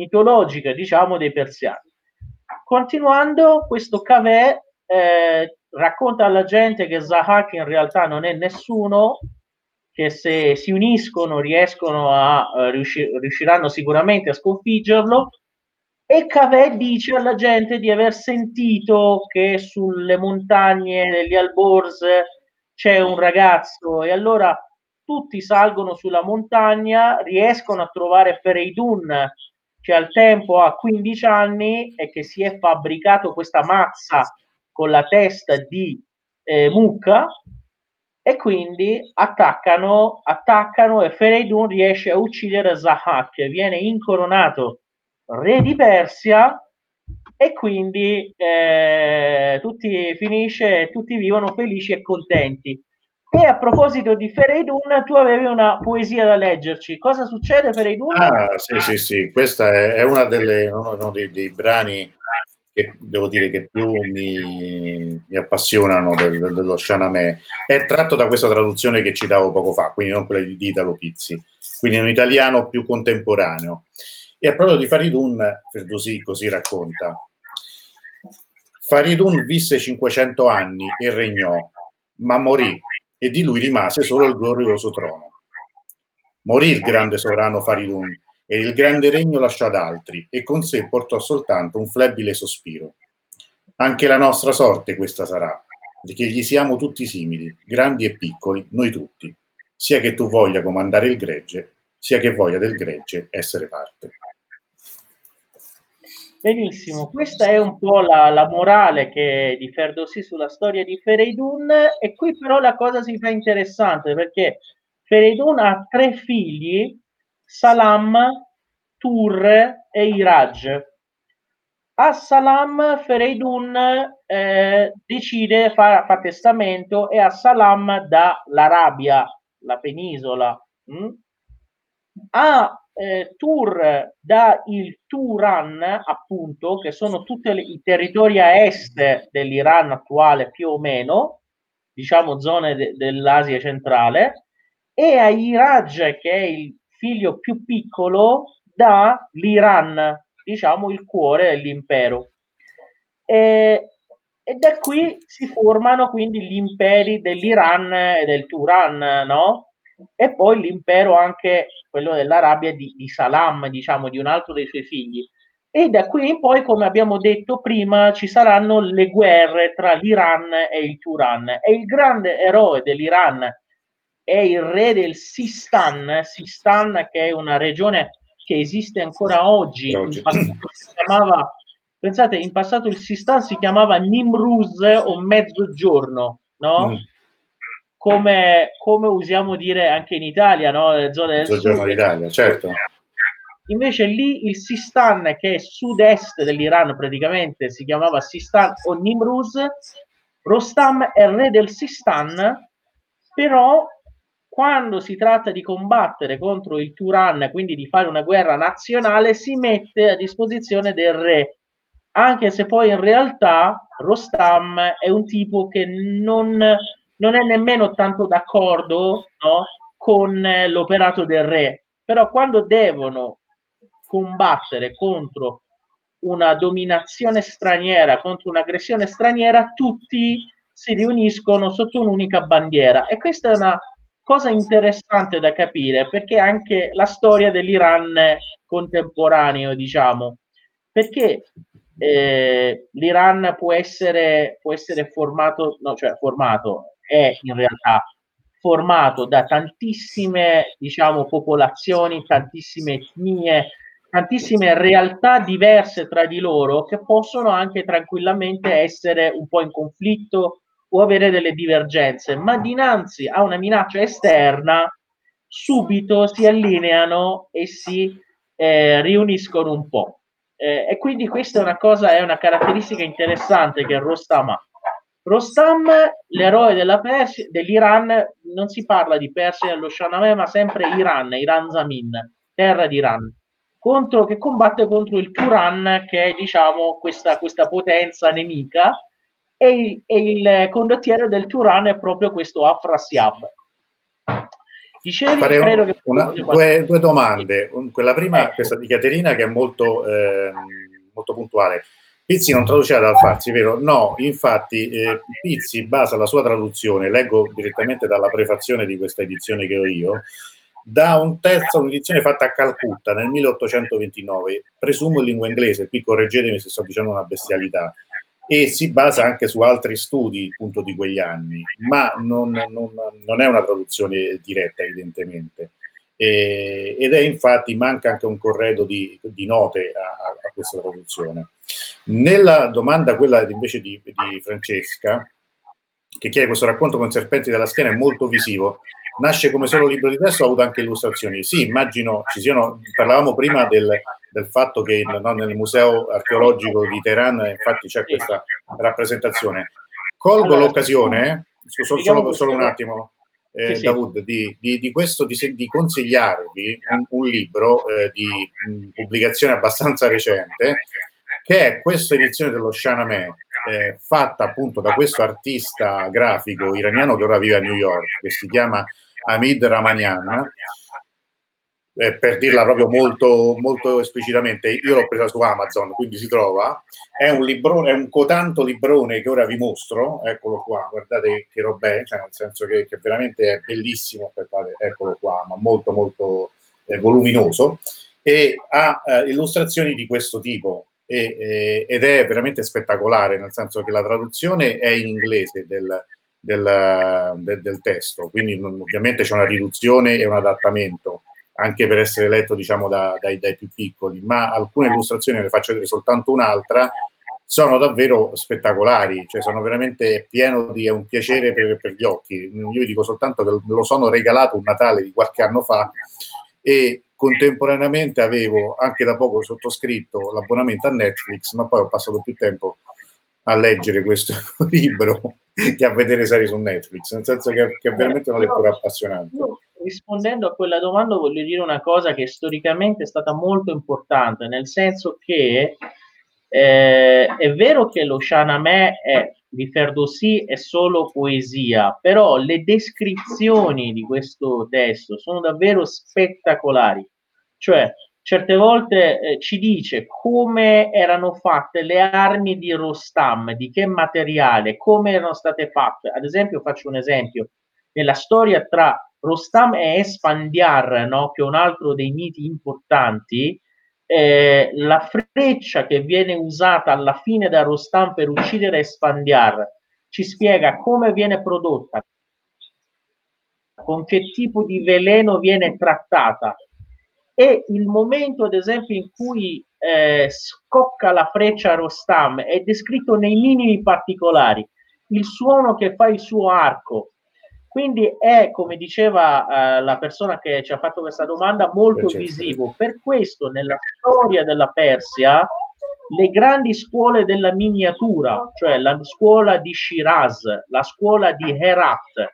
mitologica, diciamo, dei persiani. Continuando, questo Kaveh racconta alla gente che Zahak in realtà non è nessuno, che se si uniscono riescono a riusciranno sicuramente a sconfiggerlo. E Cavè dice alla gente di aver sentito che sulle montagne degli Alborz c'è un ragazzo, e allora tutti salgono sulla montagna, riescono a trovare Fereydun, che al tempo ha 15 anni e che si è fabbricato questa mazza con la testa di mucca, e quindi attaccano e Fereydun riesce a uccidere Zahak, viene incoronato re di Persia, e quindi tutti vivono felici e contenti. E a proposito di Fereydun, tu avevi una poesia da leggerci. Cosa succede, Fereydun? Sì, questa è uno dei brani che devo dire che più mi appassionano dello Shahnameh. È tratto da questa traduzione che citavo poco fa, quindi non quella di Italo Pizzi, quindi è un italiano più contemporaneo. E a proposito di Faridun, Ferdowsi così racconta: Faridun visse 500 anni e regnò, ma morì, e di lui rimase solo il glorioso trono. Morì il grande sovrano Faridun, e il grande regno lasciò ad altri, e con sé portò soltanto un flebile sospiro. Anche la nostra sorte questa sarà, perché gli siamo tutti simili, grandi e piccoli, noi tutti, sia che tu voglia comandare il gregge, sia che voglia del gregge essere parte. Benissimo, questa è un po' la morale di Ferdowsi sulla storia di Fereydun, e qui però la cosa si fa interessante, perché Fereydun ha 3 figli, Salam, Tur e Iraj. A Salam Fereydun decide, fa testamento, e a Salam dà l'Arabia, la penisola. A Tur dà il Turan, appunto, che sono tutti i territori a est dell'Iran attuale, più o meno, diciamo zone dell'Asia centrale, e a Iraj, che è il figlio più piccolo, dà l'Iran, diciamo il cuore dell'impero. E da qui si formano quindi gli imperi dell'Iran e del Turan, no? E poi l'impero anche quello dell'Arabia di Salam, diciamo, di un altro dei suoi figli. E da qui in poi, come abbiamo detto prima, ci saranno le guerre tra l'Iran e il Turan. E il grande eroe dell'Iran è il re del Sistan, che è una regione che esiste ancora oggi. In passato si chiamava, pensate, in passato il Sistan si chiamava Nimruz o Mezzogiorno, no? Come usiamo dire anche in Italia, no? Le zone del sud d'Italia, certo. Invece lì il Sistan, che è sud-est dell'Iran praticamente, si chiamava Sistan o Nimruz. Rostam è il re del Sistan, però quando si tratta di combattere contro il Turan, quindi di fare una guerra nazionale, si mette a disposizione del re, anche se poi in realtà Rostam è un tipo che non è nemmeno tanto d'accordo, no, con l'operato del re, però quando devono combattere contro una dominazione straniera, contro un'aggressione straniera, tutti si riuniscono sotto un'unica bandiera. E questa è una cosa interessante da capire, perché anche la storia dell'Iran contemporaneo, diciamo, perché l'Iran può essere formato, è in realtà formato da tantissime, diciamo, popolazioni, tantissime etnie, tantissime realtà diverse tra di loro, che possono anche tranquillamente essere un po' in conflitto o avere delle divergenze, ma dinanzi a una minaccia esterna subito si allineano e si riuniscono un po'. E quindi questa è una caratteristica interessante che Rostam ha. Rostam, l'eroe dell'Iran, non si parla di Persia allo Shahnameh, ma sempre Iran Zamin, terra d'Iran, che combatte contro il Turan, che è, diciamo, questa potenza nemica, e il condottiero del Turan è proprio questo Afrasiab. Dicevi, credo che due domande. Quella prima, questa di Caterina, che è molto puntuale. Pizzi non traduceva dal farsi, vero? No, infatti Pizzi basa la sua traduzione, leggo direttamente dalla prefazione di questa edizione che ho io, da un testo, un'edizione fatta a Calcutta nel 1829, presumo in lingua inglese, qui correggetemi se sto dicendo una bestialità, e si basa anche su altri studi appunto di quegli anni, ma non è una traduzione diretta evidentemente. Ed è infatti, manca anche un corredo di note a questa traduzione. Nella domanda, quella invece di Francesca, che chiede questo racconto con serpenti della schiena, è molto visivo. Nasce come solo libro di testo o ha avuto anche illustrazioni? Sì, immagino ci siano, parlavamo prima del fatto che nel museo archeologico di Teheran infatti c'è questa rappresentazione. Colgo l'occasione, solo un attimo, Davud, di questo, di consigliarvi un libro di pubblicazione abbastanza recente, che è questa edizione dello Shahnameh, fatta appunto da questo artista grafico iraniano che ora vive a New York, che si chiama Hamid Rahmanian. Per dirla proprio molto, molto esplicitamente, io l'ho presa su Amazon, quindi si trova. È un librone, è un cotanto librone che ora vi mostro, eccolo qua, guardate che roba è, cioè nel senso che veramente è bellissimo, aspettate, eccolo qua, ma molto molto voluminoso, e ha illustrazioni di questo tipo, ed è veramente spettacolare, nel senso che la traduzione è in inglese del testo, quindi ovviamente c'è una riduzione e un adattamento, anche per essere letto diciamo dai più piccoli, ma alcune illustrazioni, ne faccio vedere soltanto un'altra, sono davvero spettacolari, cioè sono veramente pieno di, è un piacere per gli occhi. Io vi dico soltanto che me lo sono regalato un Natale di qualche anno fa e contemporaneamente avevo anche da poco sottoscritto l'abbonamento a Netflix, ma poi ho passato più tempo a leggere questo libro che a vedere serie su Netflix, nel senso che è veramente una lettura appassionante. Rispondendo a quella domanda voglio dire una cosa che storicamente è stata molto importante, nel senso che è vero che lo Shahnameh di Ferdowsi è solo poesia, però le descrizioni di questo testo sono davvero spettacolari, cioè certe volte ci dice come erano fatte le armi di Rostam, di che materiale, come erano state fatte. Ad esempio, faccio un esempio, nella storia tra Rostam e Esfandiar, no? Che è un altro dei miti importanti, la freccia che viene usata alla fine da Rostam per uccidere Esfandiar ci spiega come viene prodotta, con che tipo di veleno viene trattata, e il momento ad esempio in cui scocca la freccia a Rostam è descritto nei minimi particolari, il suono che fa il suo arco. Quindi è, come diceva la persona che ci ha fatto questa domanda, molto visivo. Per questo nella storia della Persia le grandi scuole della miniatura, cioè la scuola di Shiraz, la scuola di Herat,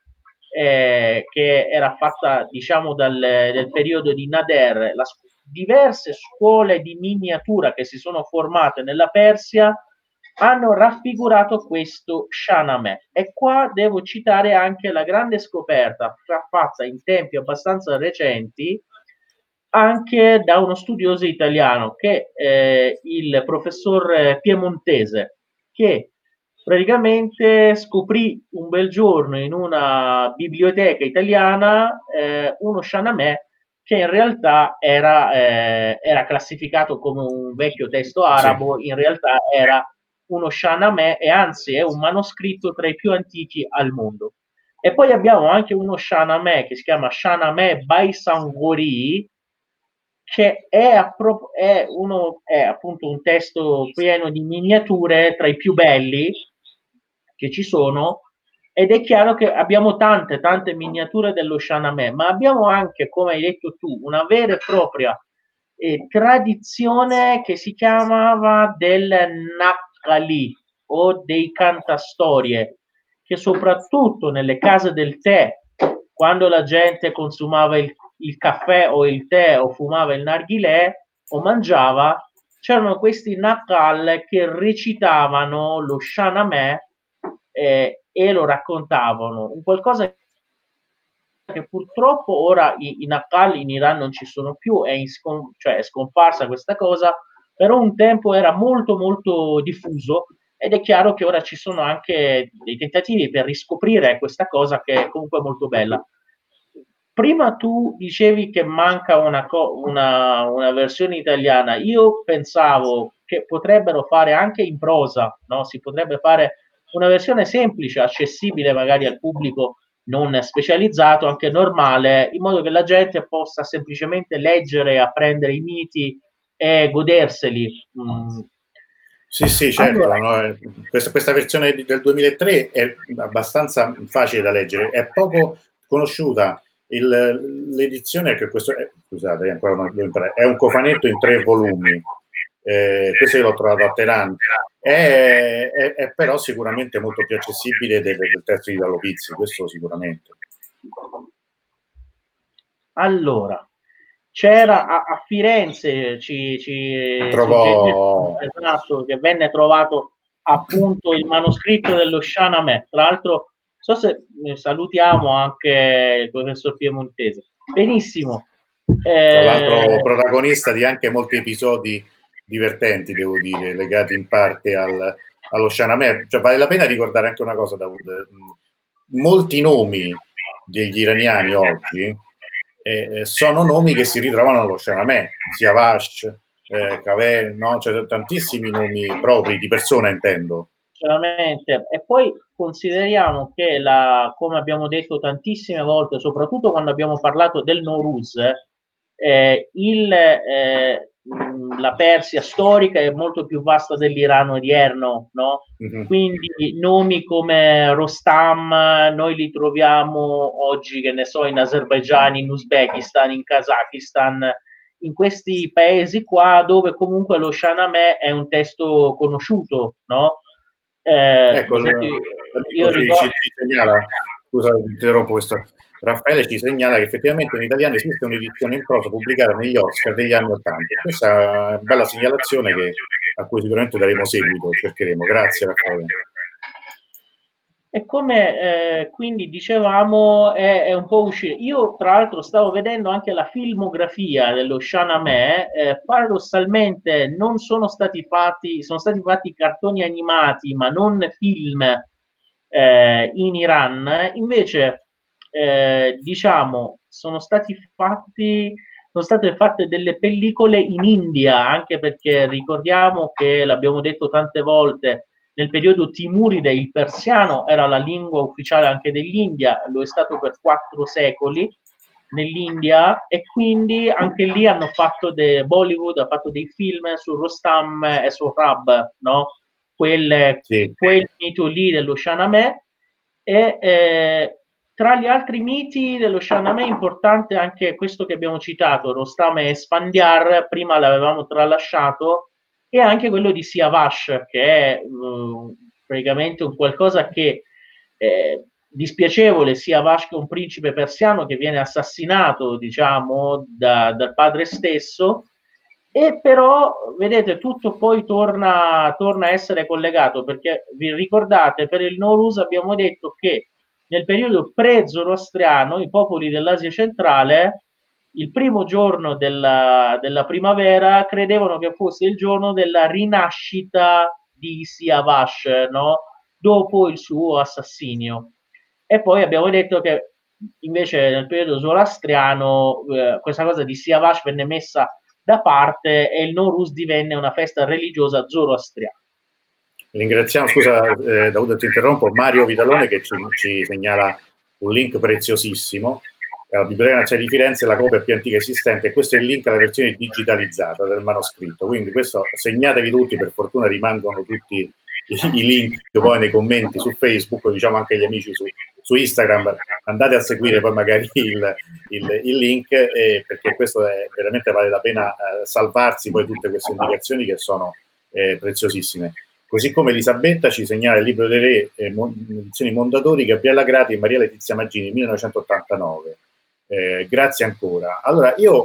che era fatta diciamo del periodo di Nader, diverse scuole di miniatura che si sono formate nella Persia hanno raffigurato questo Shahnameh. E qua devo citare anche la grande scoperta fatta in tempi abbastanza recenti anche da uno studioso italiano, che è il professor Piemontese, che praticamente scoprì un bel giorno in una biblioteca italiana uno Shahnameh che in realtà era classificato come un vecchio testo arabo, in realtà era uno Shahnameh, e anzi è un manoscritto tra i più antichi al mondo. E poi abbiamo anche uno Shahnameh che si chiama Shahnameh Baisangori, che è appunto un testo pieno di miniature tra i più belli che ci sono, ed è chiaro che abbiamo tante miniature dello Shahnameh, ma abbiamo anche, come hai detto tu, una vera e propria tradizione che si chiamava del Naqqali o dei cantastorie, che soprattutto nelle case del tè, quando la gente consumava il caffè o il tè o fumava il narghilè o mangiava, c'erano questi Naqal che recitavano lo Shahnameh e lo raccontavano, un qualcosa che purtroppo ora i Naqal in Iran non ci sono più, cioè è scomparsa questa cosa, però un tempo era molto molto diffuso, ed è chiaro che ora ci sono anche dei tentativi per riscoprire questa cosa che è comunque molto bella. Prima tu dicevi che manca una versione italiana. Io pensavo che potrebbero fare anche in prosa, no? Si potrebbe fare una versione semplice, accessibile magari al pubblico non specializzato, anche normale, in modo che la gente possa semplicemente leggere, apprendere i miti e goderseli. Sì, certo. Allora, No? Questa versione del 2003 è abbastanza facile da leggere, è poco conosciuta. L'edizione che questo scusate, ancora non devo imparare, è un cofanetto in 3 volumi. Questo io l'ho trovato a Teheran. È però sicuramente molto più accessibile del testo di Italo Pizzi, questo sicuramente. Allora, c'era a Firenze, Trovò esatto, che venne trovato appunto il manoscritto dello Shahnameh. Tra l'altro, so se salutiamo anche il professor Piemontese. Benissimo. Tra l'altro protagonista di anche molti episodi divertenti, devo dire, legati in parte allo Shahnameh. Cioè, vale la pena ricordare anche una cosa, Dawood. Molti nomi degli iraniani oggi sono nomi che si ritrovano allo Shahnameh, Siavash, Cavell, no? Cioè, tantissimi nomi propri di persona, intendo. Chiaramente. E poi consideriamo che come abbiamo detto tantissime volte, soprattutto quando abbiamo parlato del Nowruz, la Persia storica è molto più vasta dell'Iran odierno, no? Mm-hmm. Quindi nomi come Rostam noi li troviamo oggi, che ne so, in Azerbaigian, in Uzbekistan, in Kazakistan, in questi paesi qua dove comunque lo Shahnameh è un testo conosciuto, no? Ecco, io ricordo... ci segnala, scusa, interrompo questo. Raffaele ci segnala che effettivamente in italiano esiste un'edizione in prosa pubblicata negli Oscar degli anni '80. Questa è una bella segnalazione a cui sicuramente daremo seguito, cercheremo. Grazie Raffaele. E come quindi dicevamo, è un po' uscire. Io tra l'altro stavo vedendo anche la filmografia dello Shahnameh, paradossalmente non sono stati fatti cartoni animati, ma non film in Iran. Invece diciamo sono state fatte delle pellicole in India, anche perché ricordiamo che l'abbiamo detto tante volte, nel periodo Timuride il persiano era la lingua ufficiale anche dell'India, lo è stato per 4 secoli nell'India, e quindi anche lì hanno fatto Bollywood ha fatto dei film su Rostam e su Rab, no? Quel mito lì dello Shahnameh. E tra gli altri miti dello Shahnameh è importante anche questo che abbiamo citato, Rostam e Esfandiar, prima l'avevamo tralasciato, e anche quello di Siavash, che è praticamente un qualcosa che dispiacevole. Siavash, che è un principe persiano che viene assassinato, diciamo, dal padre stesso, e però vedete tutto poi torna a essere collegato, perché vi ricordate, per il Nowruz abbiamo detto che nel periodo pre-zoroastriano i popoli dell'Asia centrale il primo giorno della primavera credevano che fosse il giorno della rinascita di Siavash, no? Dopo il suo assassinio. E poi abbiamo detto che invece nel periodo zoroastriano questa cosa di Siavash venne messa da parte e il Nowruz divenne una festa religiosa zoroastriana. Ringraziamo, scusa Davuto, ti interrompo, Mario Vitalone che ci segnala un link preziosissimo alla Biblioteca Nazionale di Firenze, la copia più antica esistente, e questo è il link alla versione digitalizzata del manoscritto, quindi questo segnatevi tutti, per fortuna rimangono tutti i link poi nei commenti su Facebook, diciamo anche agli amici su Instagram, andate a seguire poi magari il link, perché questo veramente vale la pena salvarsi poi tutte queste indicazioni che sono preziosissime. Così come Elisabetta ci segnala il libro dei re, edizioni Mondadori, Gabriella Grati e Maria Letizia Maggini, 1989. Grazie ancora. Allora, io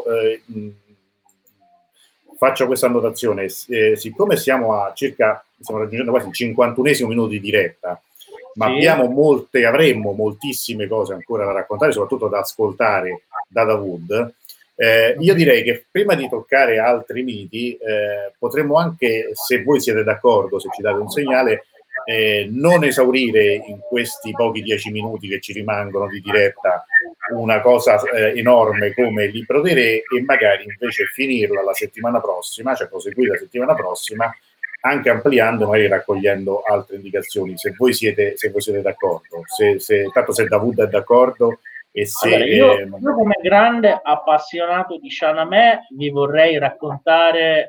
faccio questa annotazione. Siccome stiamo raggiungendo quasi il 51esimo minuto di diretta, ma avremmo moltissime cose ancora da raccontare, soprattutto da ascoltare da Dawood, Io direi che prima di toccare altri miti, potremmo anche, se voi siete d'accordo, se ci date un segnale, non esaurire in questi pochi 10 minuti che ci rimangono di diretta una cosa enorme come il libro dei re, e magari invece finirla la settimana prossima, cioè proseguire la settimana prossima, anche ampliando, magari raccogliendo altre indicazioni, se voi siete d'accordo, tanto se Davud è d'accordo. E se, allora, io come grande appassionato di Chalamet vi vorrei raccontare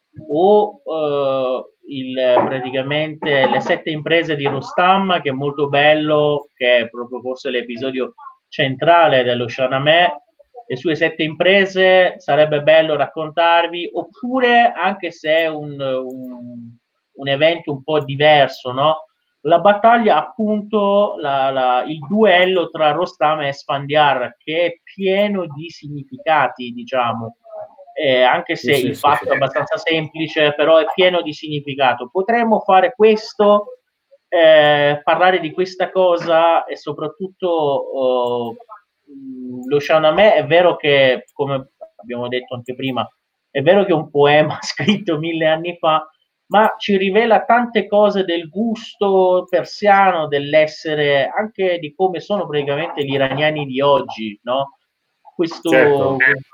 praticamente le 7 imprese di Rustam, che è molto bello, che è proprio forse l'episodio centrale dello Chalamet. Le sue 7 imprese sarebbe bello raccontarvi, oppure, anche se è un evento un po' diverso, no? La battaglia, appunto, il duello tra Rostam e Esfandiar, che è pieno di significati, diciamo, anche se il fatto è abbastanza semplice, però è pieno di significato. Potremmo fare questo, parlare di questa cosa, e soprattutto lo Chalamet. È vero che, come abbiamo detto anche prima, è vero che è un poema scritto 1000 anni fa, ma ci rivela tante cose del gusto persiano, dell'essere, anche di come sono praticamente gli iraniani di oggi, no? Questo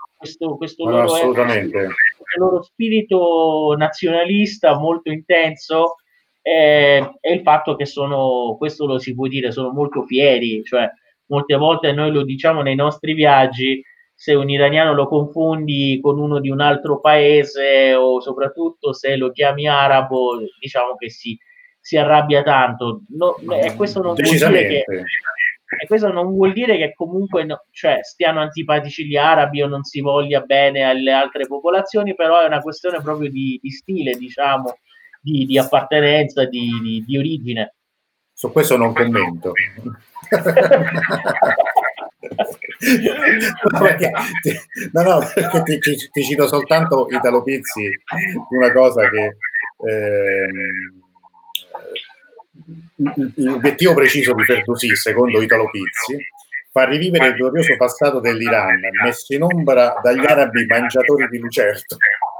loro spirito nazionalista molto intenso, e il fatto che questo lo si può dire, sono molto fieri, cioè molte volte noi lo diciamo nei nostri viaggi, se un iraniano lo confondi con uno di un altro paese, o soprattutto se lo chiami arabo, diciamo che si arrabbia tanto. E questo non vuol dire che comunque cioè stiano antipatici gli arabi o non si voglia bene alle altre popolazioni, però è una questione proprio di stile, diciamo, di appartenenza, di origine. Su questo non commento. perché ti cito soltanto Italo Pizzi, una cosa che l'obiettivo preciso di Ferdowsi, secondo Italo Pizzi, fa rivivere il glorioso passato dell'Iran, messo in ombra dagli arabi mangiatori di lucerto,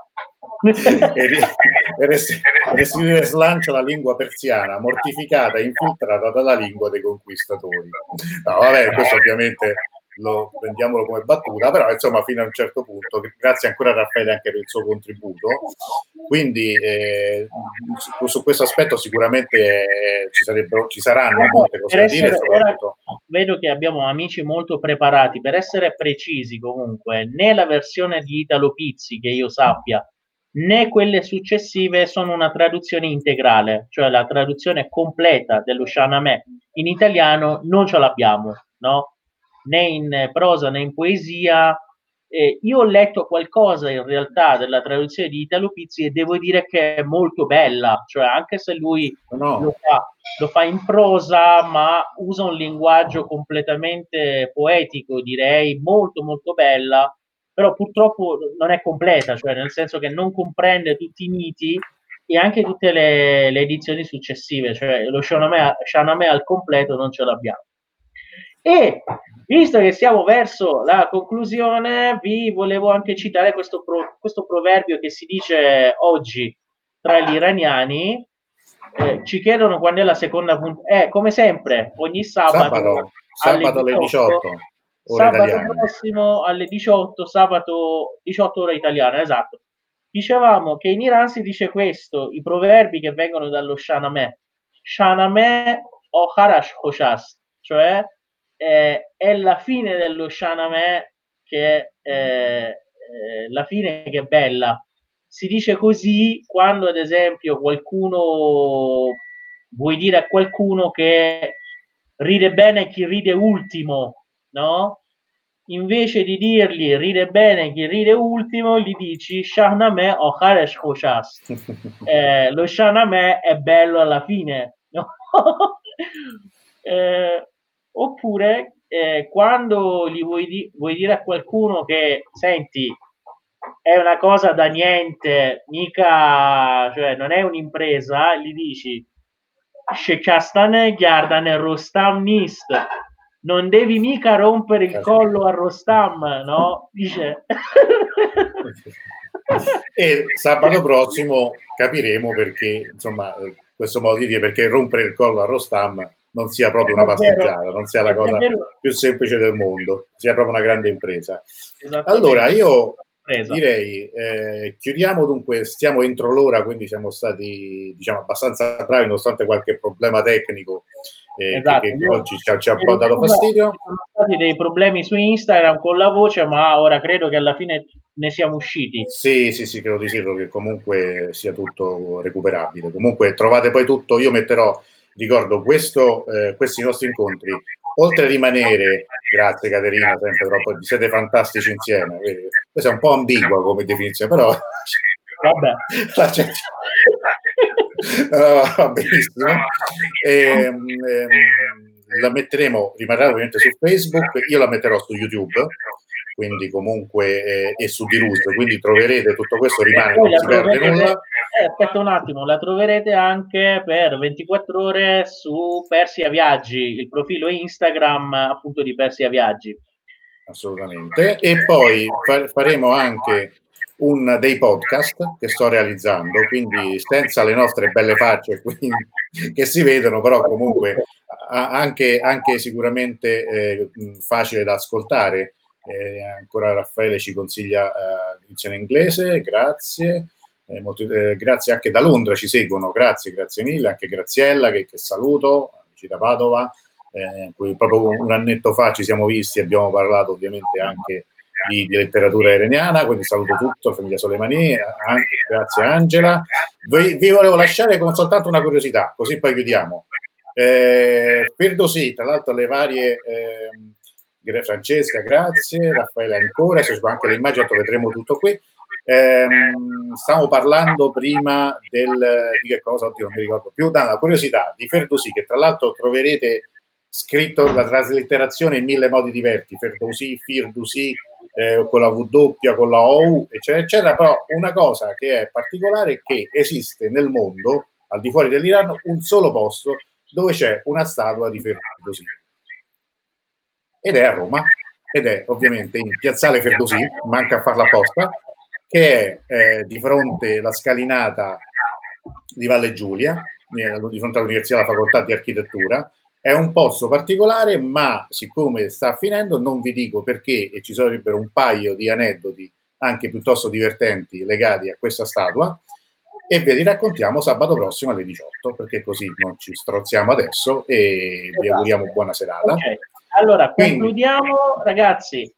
e restituire slancio alla lingua persiana, mortificata e infiltrata dalla lingua dei conquistatori. No, vabbè, questo ovviamente lo prendiamolo come battuta, però insomma fino a un certo punto, grazie ancora a Raffaele anche per il suo contributo. Quindi su questo aspetto sicuramente ci saranno molte cose da dire. Vedo che abbiamo amici molto preparati. Per essere precisi, comunque, né la versione di Italo Pizzi, che io sappia, né quelle successive sono una traduzione integrale, cioè la traduzione completa dello Chalamet in italiano non ce l'abbiamo, no? Né in prosa né in poesia. Io ho letto qualcosa in realtà della traduzione di Italo Pizzi e devo dire che è molto bella, cioè anche se lui lo fa in prosa, ma usa un linguaggio completamente poetico, direi, molto molto bella, però purtroppo non è completa, cioè nel senso che non comprende tutti i miti e anche tutte le edizioni successive, cioè lo Chalamet al completo non ce l'abbiamo. E visto che siamo verso la conclusione, vi volevo anche citare questo proverbio che si dice oggi tra gli iraniani. Ci chiedono quando è la seconda puntata. Come sempre, ogni sabato alle 18. Sabato prossimo alle 18, sabato 18 ore italiana, esatto. Dicevamo che in Iran si dice questo, i proverbi che vengono dallo Chalamet o Harash Hoshast, cioè è la fine dello Chalamet che è la fine che è bella. Si dice così quando, ad esempio, vuoi dire a qualcuno che ride bene chi ride ultimo, no? Invece di dirgli ride bene chi ride ultimo, gli dici Shahnameh o Harash Hoshast. Lo Chalamet è bello alla fine, no? Oppure quando gli vuoi dire a qualcuno che, senti, è una cosa da niente, mica, cioè non è un'impresa, gli dici Shekastane Gardane Rostam Nist, non devi mica rompere il collo a Rostam, no? Dice. E sabato prossimo capiremo perché, insomma, questo modo di dire, perché rompere il collo a Rostam non sia proprio una passeggiata, non sia la cosa più semplice del mondo, sia proprio una grande impresa. Allora, io direi, chiudiamo dunque, stiamo entro l'ora, quindi siamo stati, diciamo, abbastanza bravi, nonostante qualche problema tecnico esatto, che oggi ci ha un po' dato fastidio. Ci sono stati dei problemi su Instagram con la voce, ma ora credo che alla fine ne siamo usciti. Sì, credo di sì, che comunque sia tutto recuperabile. Comunque trovate poi tutto, io metterò, ricordo, questi nostri incontri, oltre a rimanere, grazie Caterina, sempre troppo, siete fantastici insieme, questa è un po' ambigua come definizione, però vabbè. Va benissimo. La metteremo, rimarrà ovviamente su Facebook, io la metterò su YouTube, quindi comunque e su Dirus, quindi troverete tutto questo, rimane, non si perde nulla. Aspetta un attimo, la troverete anche per 24 ore su Persia Viaggi, il profilo Instagram appunto di Persia Viaggi. Assolutamente. E poi faremo anche dei podcast che sto realizzando, quindi senza le nostre belle facce che si vedono, però comunque anche sicuramente facile da ascoltare. Ancora Raffaele ci consiglia l'edizione inglese, grazie. Grazie anche da Londra, ci seguono, grazie mille, anche Graziella che saluto, amici da Padova, cui proprio un annetto fa ci siamo visti e abbiamo parlato ovviamente anche di letteratura iraniana, quindi saluto tutto, famiglia Soleimani, grazie Angela. Vi volevo lasciare con soltanto una curiosità, così poi chiudiamo. Firdousi, tra l'altro le varie Francesca, grazie, Raffaele ancora, anche le immagini, vedremo tutto qui. Stavo parlando prima di che cosa, oddio, non mi ricordo più, la curiosità di Firdousi, che tra l'altro troverete scritto la traslitterazione in 1000 modi diversi, Firdousi, con la W, con la O, eccetera, eccetera, però una cosa che è particolare è che esiste nel mondo, al di fuori dell'Iran, un solo posto dove c'è una statua di Firdousi. Ed è a Roma, ed è ovviamente in Piazzale Firdousi, manca a farla apposta, che è di fronte alla scalinata di Valle Giulia, di fronte all'Università della Facoltà di Architettura. È un posto particolare, ma siccome sta finendo non vi dico perché, e ci sarebbero un paio di aneddoti anche piuttosto divertenti legati a questa statua, e ve li raccontiamo sabato prossimo alle 18, perché così non ci strozziamo adesso e vi auguriamo buona serata. Okay. Allora, concludiamo, ragazzi.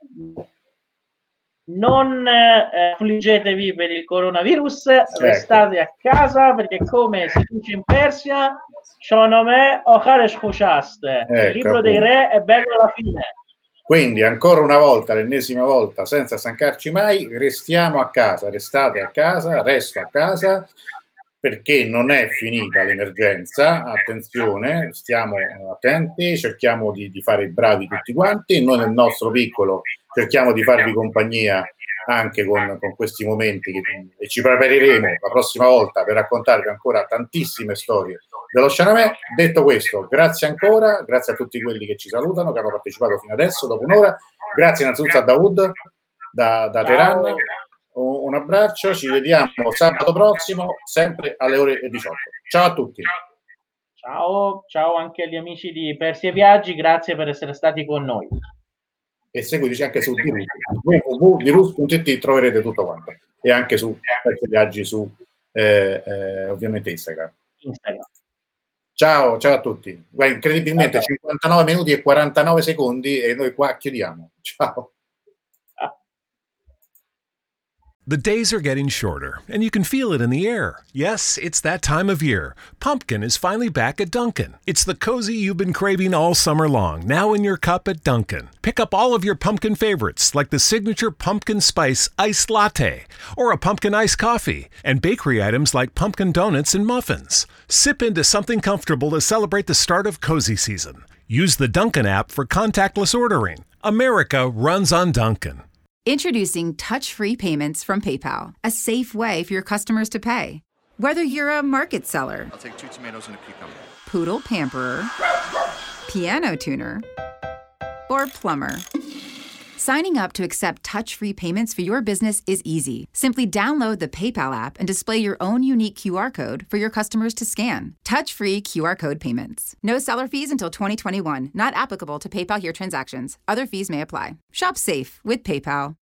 Non affliggetevi per il coronavirus, restate a casa perché, come si dice in Persia, Shonome Ocharesh Khushaste, il libro dei re è bello alla fine. Quindi ancora una volta, l'ennesima volta, senza stancarci mai, restiamo a casa, restate a casa, resto a casa, perché non è finita l'emergenza. Attenzione, stiamo attenti, cerchiamo di fare i bravi tutti quanti, noi nel nostro piccolo cerchiamo di farvi compagnia anche con questi momenti e ci prepareremo la prossima volta per raccontarvi ancora tantissime storie dello Shahnameh. Detto questo, grazie ancora, grazie a tutti quelli che ci salutano, che hanno partecipato fino adesso, dopo un'ora. Grazie innanzitutto a Dawood da Teheran. Un abbraccio, ci vediamo sabato prossimo, sempre alle ore 18. Ciao a tutti. Ciao anche agli amici di Persia Viaggi, grazie per essere stati con noi. E seguiteci anche su www.dirus.it, troverete tutto quanto, e anche su Persia Viaggi su ovviamente Instagram. Ciao a tutti. Guarda, incredibilmente 59 minuti e 49 secondi e noi qua chiudiamo. Ciao. The days are getting shorter, and you can feel it in the air. Yes, it's that time of year. Pumpkin is finally back at Dunkin'. It's the cozy you've been craving all summer long, now in your cup at Dunkin'. Pick up all of your pumpkin favorites, like the signature pumpkin spice iced latte, or a pumpkin iced coffee, and bakery items like pumpkin donuts and muffins. Sip into something comfortable to celebrate the start of cozy season. Use the Dunkin' app for contactless ordering. America runs on Dunkin'. Introducing touch-free payments from PayPal, a safe way for your customers to pay. Whether you're a market seller, I'll take 2 tomatoes and a cucumber, poodle pamperer, piano tuner, or plumber. Signing up to accept touch-free payments for your business is easy. Simply download the PayPal app and display your own unique QR code for your customers to scan. Touch-free QR code payments. No seller fees until 2021. Not applicable to PayPal Here transactions. Other fees may apply. Shop safe with PayPal.